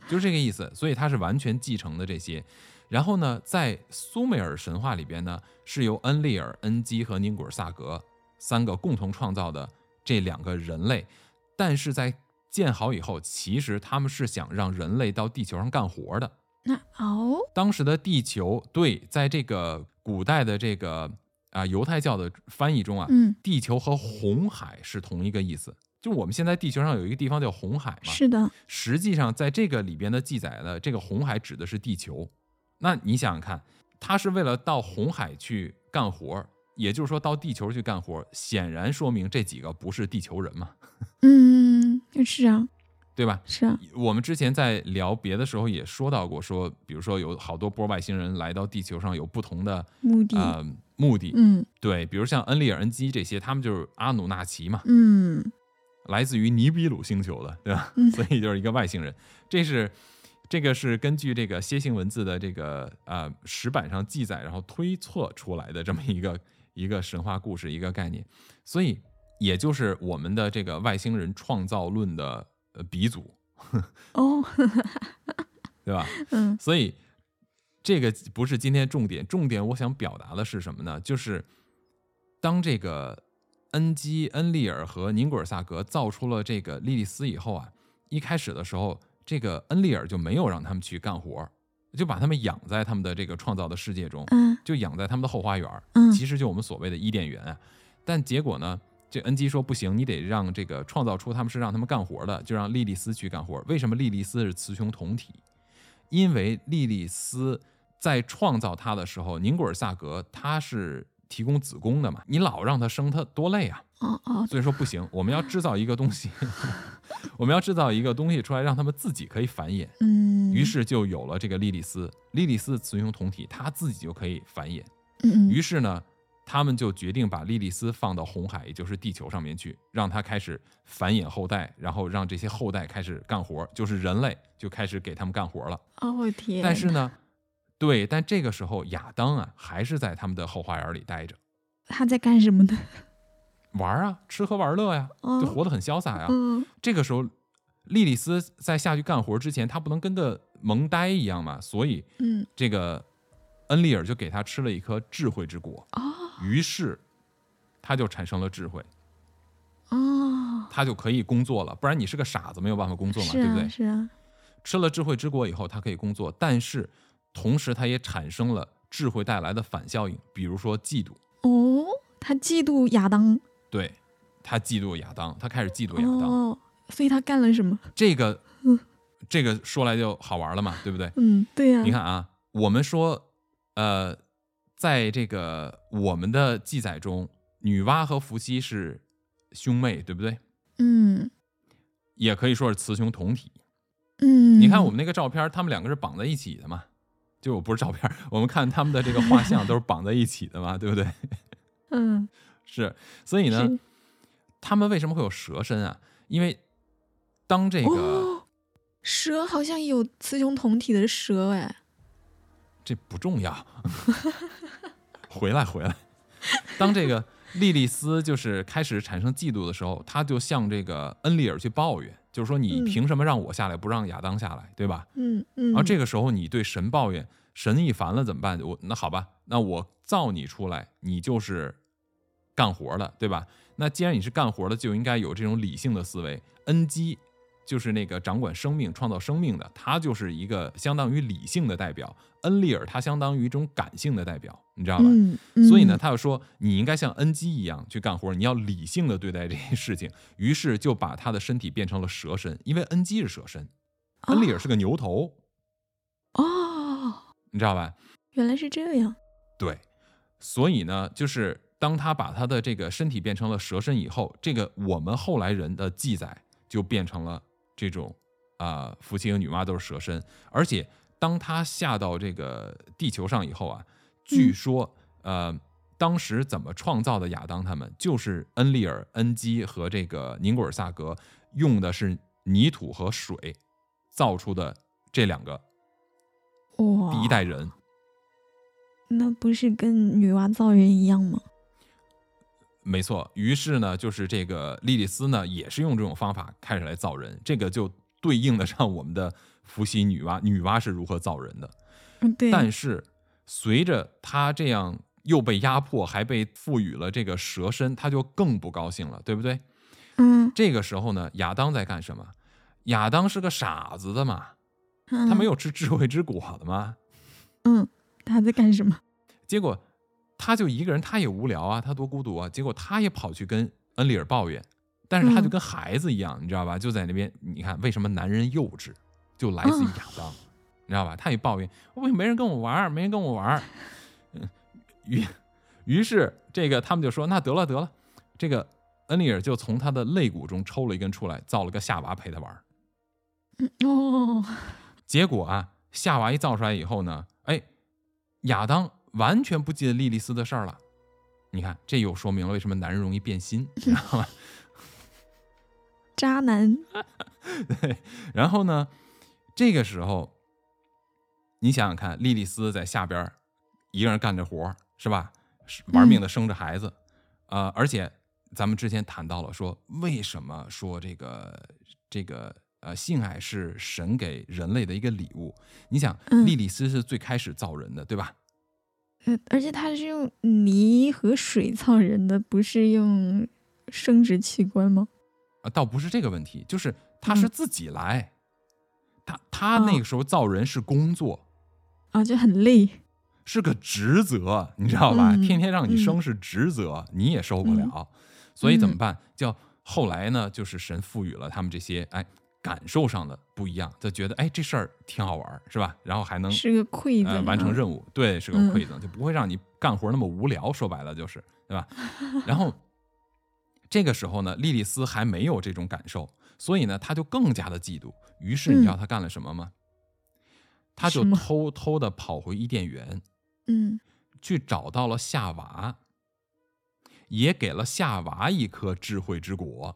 就是这个意思。所以它是完全继承的这些。然后呢，在苏美尔神话里边呢，是由恩利尔、恩基和宁古尔萨格3个共同创造的这2个人类。但是在建好以后，其实他们是想让人类到地球上干活的。当时的地球，对，在这个古代的这个犹太教的翻译中啊，地球和红海是同一个意思。就我们现在地球上有一个地方叫红海嘛， 是的。 实际上在这个里边的记载呢，这个红海指的是地球。那你想想看，他是为了到红海去干活，也就是说到地球去干活，显然说明这几个不是地球人嘛。 是啊， 对吧？ 是啊。 我们之前在聊别的时候也说到过，说比如说有好多波外星人来到地球上有不同的目的。对，比如像恩利尔、恩基这些，他们就是阿努纳奇嘛，来自于尼比鲁星球的，对吧？所以就是一个外星人。这个是根据这个楔形文字的这个石板上记载，然后推测出来的这么一个神话故事，一个概念。所以也就是我们的这个外星人创造论的鼻祖。对吧？所以这个不是今天重点，重点我想表达的是什么呢？就是当这个恩基、恩利尔和宁古尔萨格造出了这个莉莉丝以后啊，一开始的时候，这个恩利尔就没有让他们去干活，就把他们养在他们的这个创造的世界中，就养在他们的后花园，其实就我们所谓的伊甸园啊。但结果呢，这恩基说不行，你得让这个创造出他们是让他们干活的，就让莉莉丝去干活。为什么莉莉丝是雌雄同体？因为莉莉丝在创造她的时候，宁古尔萨格他是提供子宫的嘛，你老让她生，她多累啊。所以说不行，我们要制造一个东西我们要制造一个东西出来，让他们自己可以繁衍。于是就有了这个莉莉丝。莉莉丝雌雄同体，她自己就可以繁衍。于是呢，他们就决定把莉莉丝放到红海，也就是地球上面去，让她开始繁衍后代，然后让这些后代开始干活，就是人类就开始给他们干活了。 天！ 但是呢，对，但这个时候亚当啊，还是在他们的后花园里待着。 他在干什么呢？ 玩啊，吃喝玩乐呀，就活得很潇洒呀。这个时候，莉莉丝在下去干活之前，她不能跟个萌呆一样嘛，所以这个恩利尔就给他吃了一颗智慧之果。于是他就产生了智慧。他就可以工作了，不然你是个傻子没有办法工作嘛，对不对？ 是啊。 吃了智慧之果以后，他可以工作，但是同时他也产生了智慧带来的反效应，比如说嫉妒。 他嫉妒亚当。 对，他嫉妒亚当，他开始嫉妒亚当。 所以他干了什么？ 这个说来就好玩了嘛，对不对？ 对呀。 你看啊，我们说在这个我们的记载中，女娲和伏羲是兄妹，对不对？也可以说是雌雄同体。你看我们那个照片，他们2个是绑在一起的嘛，就我不是照片，我们看他们的这个画像都是绑在一起的嘛，对不对？是。所以呢，他们为什么会有蛇身啊？因为当这个蛇好像有雌雄同体的蛇哎， 这不重要。回来。当这个莉莉丝就是开始产生嫉妒的时候，他就向这个恩利尔去抱怨，就是说你凭什么让我下来，不让亚当下来，对吧？然后这个时候你对神抱怨，神一烦了怎么办？那好吧，那我造你出来，你就是干活的，对吧？那既然你是干活的，就应该有这种理性的思维。恩基就是那个掌管生命、创造生命的，他就是一个相当于理性的代表。恩利尔他相当于一种感性的代表，你知道吧？所以呢，他就说你应该像恩基一样去干活，你要理性的对待这些事情。于是就把他的身体变成了蛇身，因为恩基是蛇身，恩利尔是个牛头。你知道吧？ 原来是这样。 对，所以呢，就是当他把他的这个身体变成了蛇身以后，这个我们后来人的记载就变成了这种伏羲和女娲都是蛇身。而且当他下到这个地球上以后啊，据说当时怎么创造的亚当他们，就是恩利尔、恩基和这个宁古尔萨格用的是泥土和水造出的这2个第一代人。 那不是跟女娲造人一样吗？ 没错。于是呢，就是这个莉莉丝呢，也是用这种方法开始来造人，这个就对应得上我们的伏羲女娲是如何造人的。 对。 但是随着他这样又被压迫，还被赋予了这个蛇身，他就更不高兴了，对不对？这个时候呢，亚当在干什么？亚当是个傻子的嘛，他没有吃智慧之果的嘛。 他在干什么？ 结果他就一个人，他也无聊啊，他多孤独啊。结果他也跑去跟恩里尔抱怨，但是他就跟孩子一样，你知道吧？就在那边，你看为什么男人幼稚，就来自于亚当，你知道吧？他也抱怨，为什么没人跟我玩，没人跟我玩。于是这个他们就说，那得了，这个恩里尔就从他的肋骨中抽了一根出来，造了个夏娃陪他玩。结果啊，夏娃一造出来以后呢，亚当完全不记得莉莉丝的事儿了。你看，这又说明了为什么男人容易变心，知道吗？ 渣男。 对，然后呢，这个时候你想想看，莉莉丝在下边一个人干着活，是吧？玩命的生着孩子，而且咱们之前谈到了说，为什么说这个性爱是神给人类的一个礼物？你想，莉莉丝是最开始造人的，对吧？ 而且他是用泥和水造人的，不是用生殖器官吗？ 倒不是这个问题，就是他是自己来，他那个时候造人是工作， 就很累， 是个职责，你知道吧？天天让你生是职责，你也受不了，所以怎么办？叫后来呢，就是神赋予了他们这些感受上的不一样，就觉得这事儿挺好玩，是吧？然后还能是个馈赠， 完成任务，对，是个馈赠，就不会让你干活那么无聊。说白了就是，对吧？然后这个时候呢，莉莉丝还没有这种感受，所以呢，他就更加的嫉妒。于是你知道他干了什么吗？他就偷偷的跑回伊甸园，去找到了夏娃，也给了夏娃一颗智慧之果。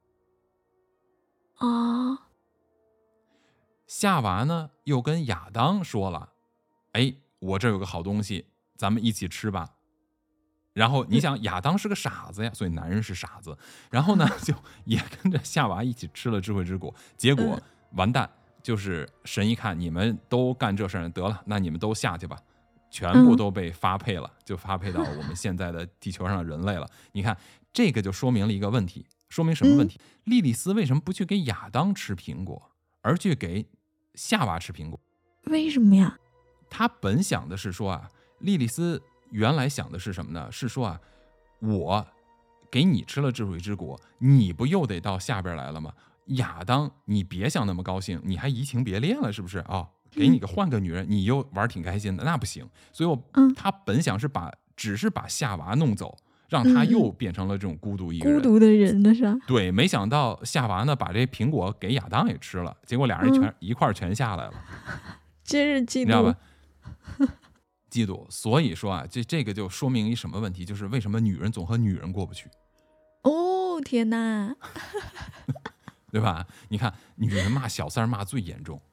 夏娃呢又跟亚当说了，我这有个好东西，咱们一起吃吧。然后你想，亚当是个傻子呀，所以男人是傻子，然后呢就也跟着夏娃一起吃了智慧之果，结果完蛋，就是神一看你们都干这事儿，得了，那你们都下去吧，全部都被发配了，就发配到我们现在的地球上的人类了。你看这个就说明了一个问题，说明什么问题？莉莉丝为什么不去给亚当吃苹果，而去给夏娃吃苹果？ 为什么呀？ 他本想的是说莉莉丝原来想的是什么呢？是说我给你吃了智慧之果，你不又得到下边来了吗？亚当，你别想那么高兴，你还移情别恋了是不是？给你换个女人，你又玩挺开心的，那不行。所以他本想是只是把夏娃弄走，让他又变成了这种孤独一个人， 孤独的人的是吧？ 对，没想到夏娃呢把这苹果给亚当也吃了，结果俩人一块全下来了。 真是嫉妒， 你知道吧？嫉妒，所以说这个就说明一什么问题，就是为什么女人总和女人过不去。 天哪， 对吧？你看女人骂小三骂最严重，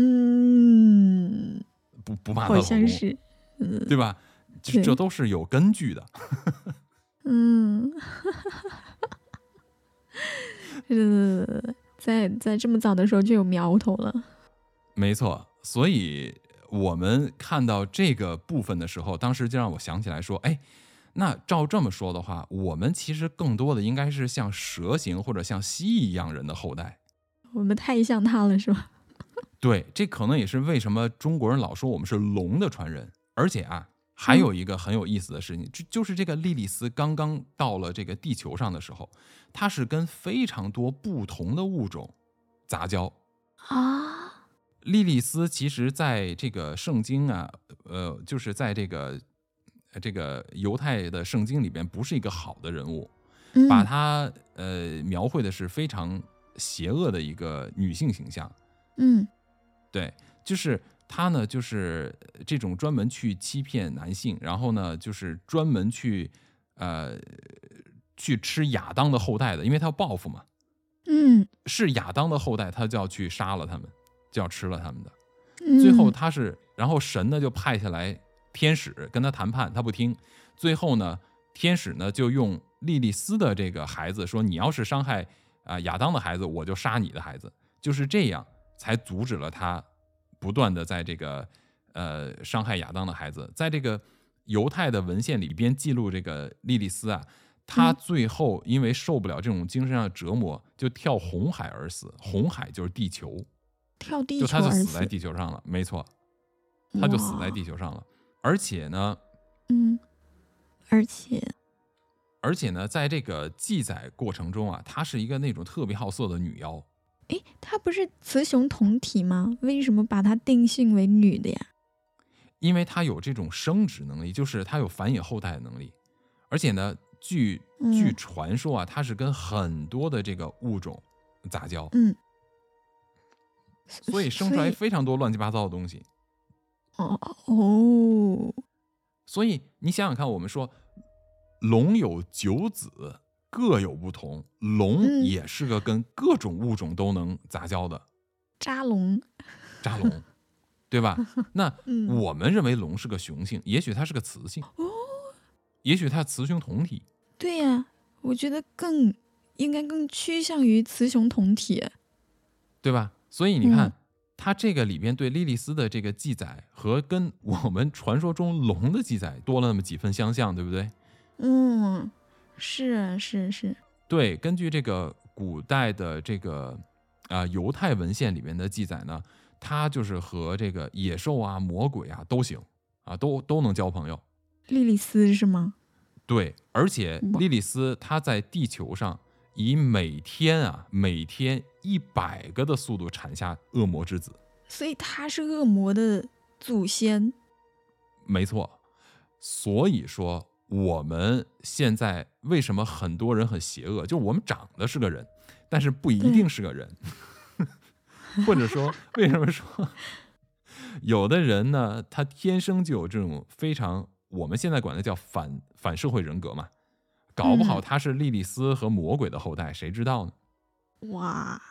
不骂她老公，好像是， 对吧？这都是有根据的。 在这么早的时候就有苗头了。 没错，所以我们看到这个部分的时候，当时就让我想起来说，那照这么说的话，我们其实更多的应该是像蛇形或者像蜥蜴一样人的后代。 我们太像他了，是吧？ 对，这可能也是为什么中国人老说我们是龙的传人。而且还有一个很有意思的事情，就是这个莉莉丝刚刚到了这个地球上的时候，她是跟非常多不同的物种杂交莉莉丝其实在这个圣经就是在这个犹太的圣经里边不是一个好的人物，把她描绘的是非常邪恶的一个女性形象。对，就是她呢，就是这种专门去欺骗男性，然后呢，就是专门去吃亚当的后代的，因为她要报复嘛。是亚当的后代，他就要去杀了他们，就要吃了他们的。最后然后神呢就派下来天使跟他谈判，他不听。最后呢，天使呢就用莉莉丝的这个孩子说，你要是伤害亚当的孩子，我就杀你的孩子。就是这样才阻止了他不断的在这个伤害亚当的孩子。在这个犹太的文献里边记录这个莉莉丝啊，她最后因为受不了这种精神上的折磨，就跳红海而死。红海就是地球， 跳地球而死， 就她就死在地球上了，没错，她就死在地球上了。而且呢，而且呢，在这个记载过程中啊，她是一个那种特别好色的女妖。 诶，她不是雌雄同体吗？为什么把她定性为女的呀？ 因为她有这种生殖能力，就是她有繁衍后代的能力。而且呢，据传说啊，她是跟很多的这个物种杂交，所以生出来非常多乱七八糟的东西。所以你想想看，我们说龙有9子，各有不同，龙也是个跟各种物种都能杂交的扎龙， 对吧？那我们认为龙是个雄性，也许它是个雌性，也许它雌雄同体。 对呀，我觉得应该更趋向于雌雄同体，对吧？所以你看，它这个里边对莉莉丝的这个记载和跟我们传说中龙的记载多了那么几分相像，对不对？ 是。 对，根据这个古代的这个犹太文献里面的记载呢，它就是和这个野兽啊、魔鬼啊都行啊，都能交朋友。 莉莉丝是吗？ 对，而且莉莉丝她在地球上以每天100个的速度产下恶魔之子， 所以她是恶魔的祖先。 没错，所以说我们现在为什么很多人很邪恶，就是我们长得是个人，但是不一定是个人。或者说为什么说有的人呢，他天生就有这种非常，我们现在管的叫反社会人格嘛，搞不好他是莉莉丝和魔鬼的后代，谁知道呢？ 哇，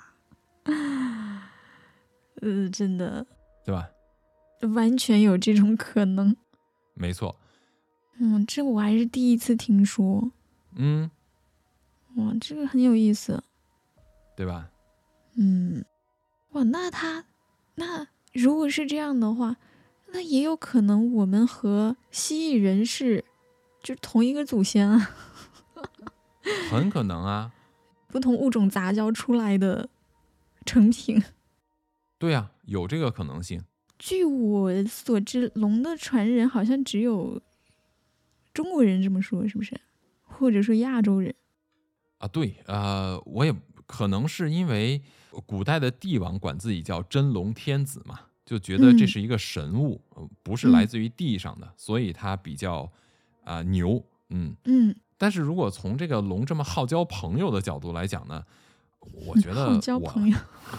真的， 对吧？ 完全有这种可能。 没错。 这我还是第一次听说。哇，这个很有意思， 对吧？ 哇，那如果是这样的话，那也有可能我们和蜥蜴人是就同一个祖先啊。 很可能啊， 不同物种杂交出来的成品。 对啊，有这个可能性。 据我所知，龙的传人好像只有中国人这么说，是不是？或者说亚洲人啊？对，我也可能是因为古代的帝王管自己叫真龙天子嘛，就觉得这是一个神物，不是来自于地上的，所以他比较牛。但是如果从这个龙这么好交朋友的角度来讲呢，我觉得好交朋友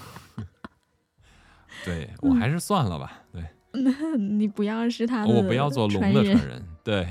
对，我还是算了吧。对， 你不要是他的， 我不要做龙的传人。对。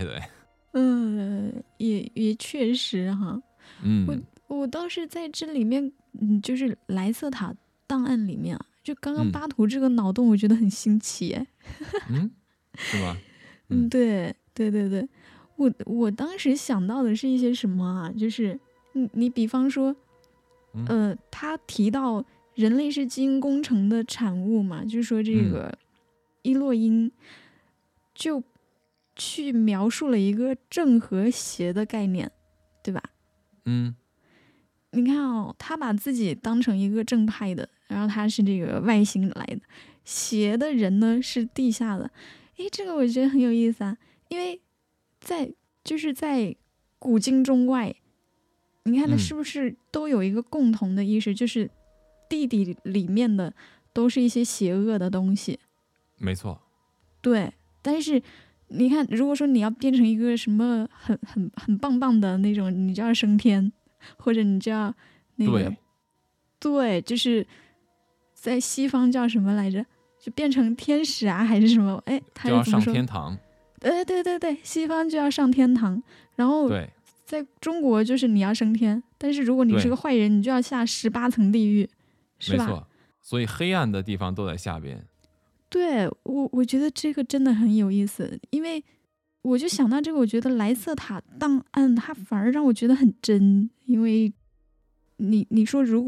也确实哈。我倒是在这里面，就是莱瑟塔档案里面啊，就刚刚巴图这个脑洞，我觉得很新奇哎。 是吗？ 对。我当时想到的是一些什么啊？就是你比方说，他提到人类是基因工程的产物嘛，就说这个伊洛因就去描述了一个正和邪的概念，对吧？你看哦，他把自己当成一个正派的，然后他是这个外星来的，邪的人呢是地下的。这个我觉得很有意思啊，因为在古今中外，你看它是不是都有一个共同的意识，就是地底里面的都是一些邪恶的东西。没错。对，但是你看，如果说你要变成一个什么很棒的那种，你就要升天，或者你就要那个，对，就是在西方叫什么来着？就变成天使啊，还是什么？他就要上天堂。 对，西方就要上天堂，然后在中国就是你要升天，但是如果你是个坏人，你就要下18层地狱，是吧？没错， 所以黑暗的地方都在下边。 对，我觉得这个真的很有意思，因为我就想到这个，我觉得莱瑟塔档案它反而让我觉得很真，因为你说如果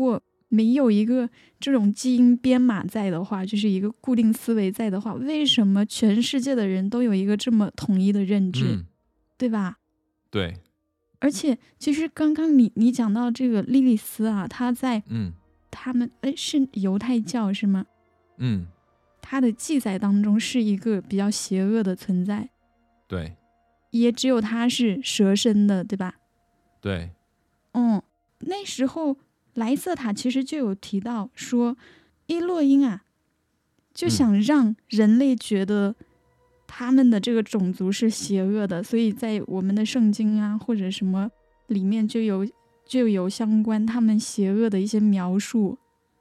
没有一个这种基因编码在的话，就是一个固定思维在的话，为什么全世界的人都有一个这么统一的认知，对吧？ 对。 而且其实刚刚你讲到这个莉莉丝啊，她在他们是犹太教是吗？她的记载当中是一个比较邪恶的存在， 对， 也只有她是蛇身的，对吧？ 对， 那时候莱瑟塔其实就有提到说，伊洛因啊，就想让人类觉得他们的这个种族是邪恶的，所以在我们的圣经啊或者什么里面就有相关他们邪恶的一些描述。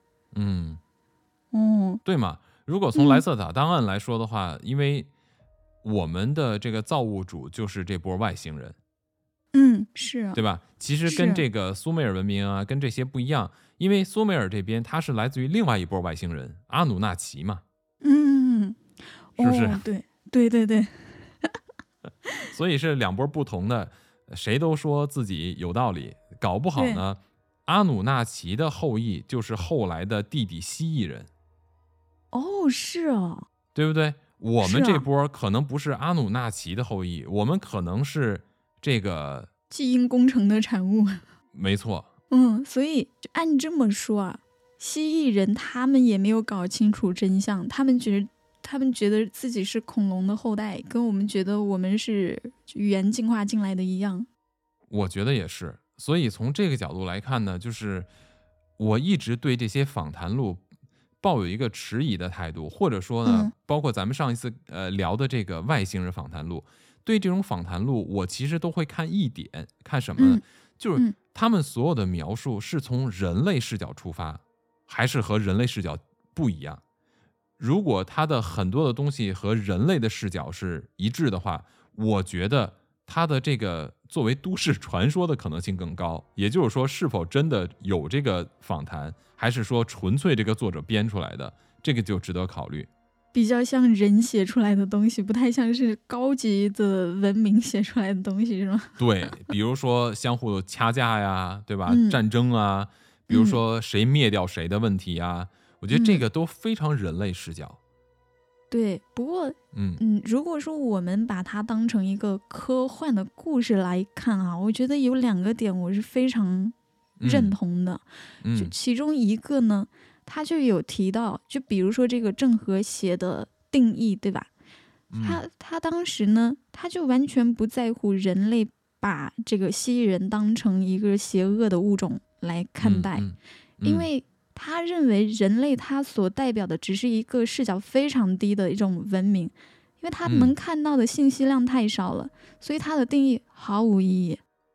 对嘛？如果从莱瑟塔档案来说的话，因为我们的这个造物主就是这波外星人。 是啊， 对吧？其实跟这个苏美尔文明啊，跟这些不一样，因为苏美尔这边它是来自于另外一波外星人阿努纳奇嘛，是不是？ 对。 所以是两波不同的，谁都说自己有道理，搞不好呢，阿努纳奇的后裔就是后来的地底蜥蜴人。 是啊， 对不对？我们这波可能不是阿努纳奇的后裔，我们可能是这个基因工程的产物。 没错。 所以就按这么说啊，蜥蜴人他们也没有搞清楚真相，他们觉得自己是恐龙的后代，跟我们觉得我们是语言进化进来的一样。 我觉得也是。所以从这个角度来看呢，就是我一直对这些访谈录抱有一个迟疑的态度，或者说呢，包括咱们上一次聊的这个外星人访谈录，对这种访谈录我其实都会看一点，看什么呢？就是他们所有的描述是从人类视角出发，还是和人类视角不一样。如果他的很多的东西和人类的视角是一致的话，我觉得他的这个作为都市传说的可能性更高。也就是说，是否真的有这个访谈，还是说纯粹这个作者编出来的，这个就值得考虑。 比较像人写出来的东西，不太像是高级的文明写出来的东西，是吗？ 对，比如说相互掐架呀，对吧？战争啊，比如说谁灭掉谁的问题啊，我觉得这个都非常人类视角。 对，不过如果说我们把它当成一个科幻的故事来看啊，我觉得有2个点我是非常认同的。就其中一个呢，他就有提到，就比如说这个正和谐的定义，对吧？他当时呢，他就完全不在乎人类把这个蜥蜴人当成一个邪恶的物种来看待，因为他认为人类他所代表的只是一个视角非常低的一种文明，因为他能看到的信息量太少了，所以他的定义毫无意义。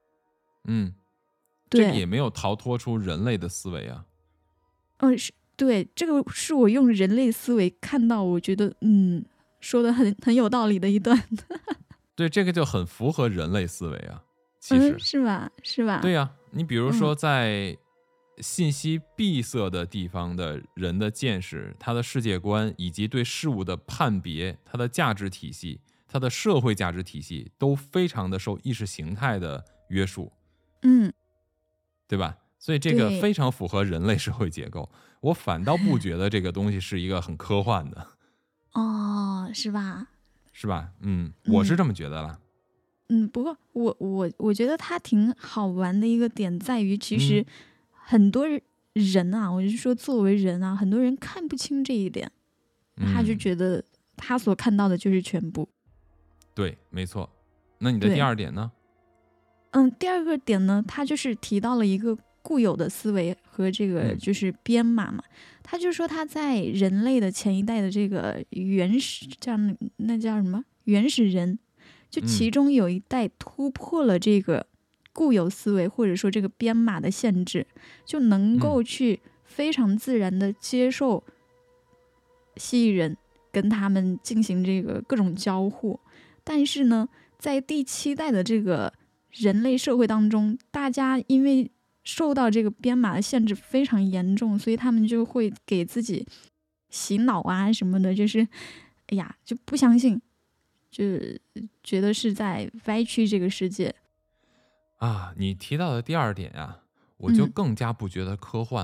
这个也没有逃脱出人类的思维啊。 对，这个是我用人类思维看到，我觉得说的很有道理的一段。 对，这个就很符合人类思维啊，其实是吧？对呀，你比如说在信息闭塞的地方的人的见识，他的世界观以及对事物的判别，他的价值体系，他的社会价值体系都非常的受意识形态的约束，对吧？所以这个非常符合人类社会结构，我反倒不觉得这个东西是一个很科幻的。 是吧？ 我是这么觉得啦。 不过我觉得它挺好玩的一个点在于，其实很多人啊，我就说作为人啊，很多人看不清这一点，他就觉得他所看到的就是全部。 对，没错。那你的第2点呢？ 第2个点呢，他就是提到了一个固有的思维和这个就是编码嘛。他就说他在人类的前一代的这个原始叫什么原始人，就其中有一代突破了这个固有思维或者说这个编码的限制，就能够去非常自然的接受蜥蜴人，跟他们进行这个各种交互。但是呢，在第7代的这个人类社会当中，大家因为受到这个编码的限制非常严重，所以他们就会给自己洗脑啊什么的，就是就不相信，就觉得是在歪曲这个世界啊。 你提到的第2点啊，我就更加不觉得科幻了，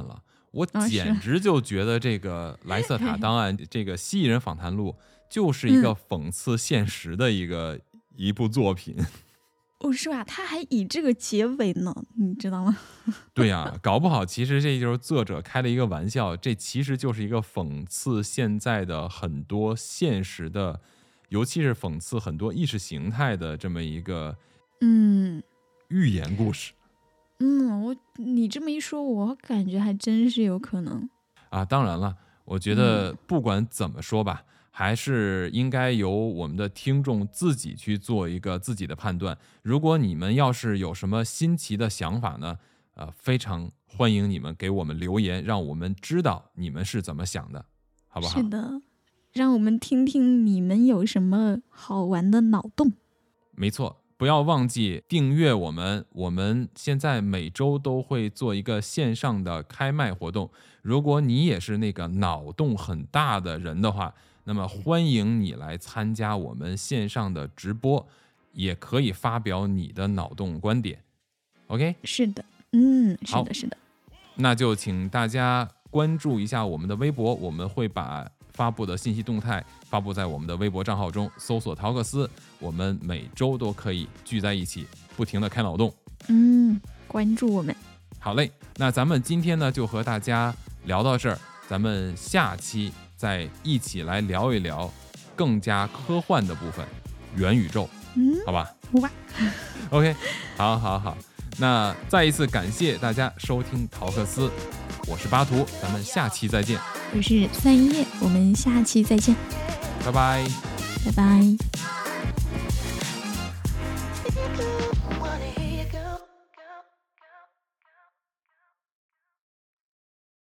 我简直就觉得这个莱瑟塔档案这个蜥蜴人访谈录就是一个讽刺现实的一部作品。 是吧？他还以这个结尾呢，你知道吗？ 对呀，搞不好其实这就是作者开了一个玩笑，这其实就是一个讽刺现在的很多现实的，尤其是讽刺很多意识形态的这么一个寓言故事。 你这么一说，我感觉还真是有可能啊。当然了，我觉得不管怎么说吧，还是应该由我们的听众自己去做一个自己的判断。如果你们要是有什么新奇的想法呢，非常欢迎你们给我们留言，让我们知道你们是怎么想的，好不好？ 是的，让我们听听你们有什么好玩的脑洞。 没错。不要忘记订阅我们，我们现在每周都会做一个线上的开麦活动。如果你也是那个脑洞很大的人的话，那么欢迎你来参加我们线上的直播，也可以发表你的脑洞观点。OK？ 是的，是的，是的。 那就请大家关注一下我们的微博，我们会把发布的信息动态发布在我们的微博账号中，搜索陶克斯，我们每周都可以聚在一起，不停地开脑洞。 关注我们。 好嘞，那咱们今天呢就和大家聊到这儿，咱们下期再一起来聊一聊更加科幻的部分，元宇宙，好吧？ 好吧。 OK， 好，那再一次感谢大家收听陶克斯，我是巴图，咱们下期再见。 我是3叶，我们下期再见， 拜拜， 拜拜。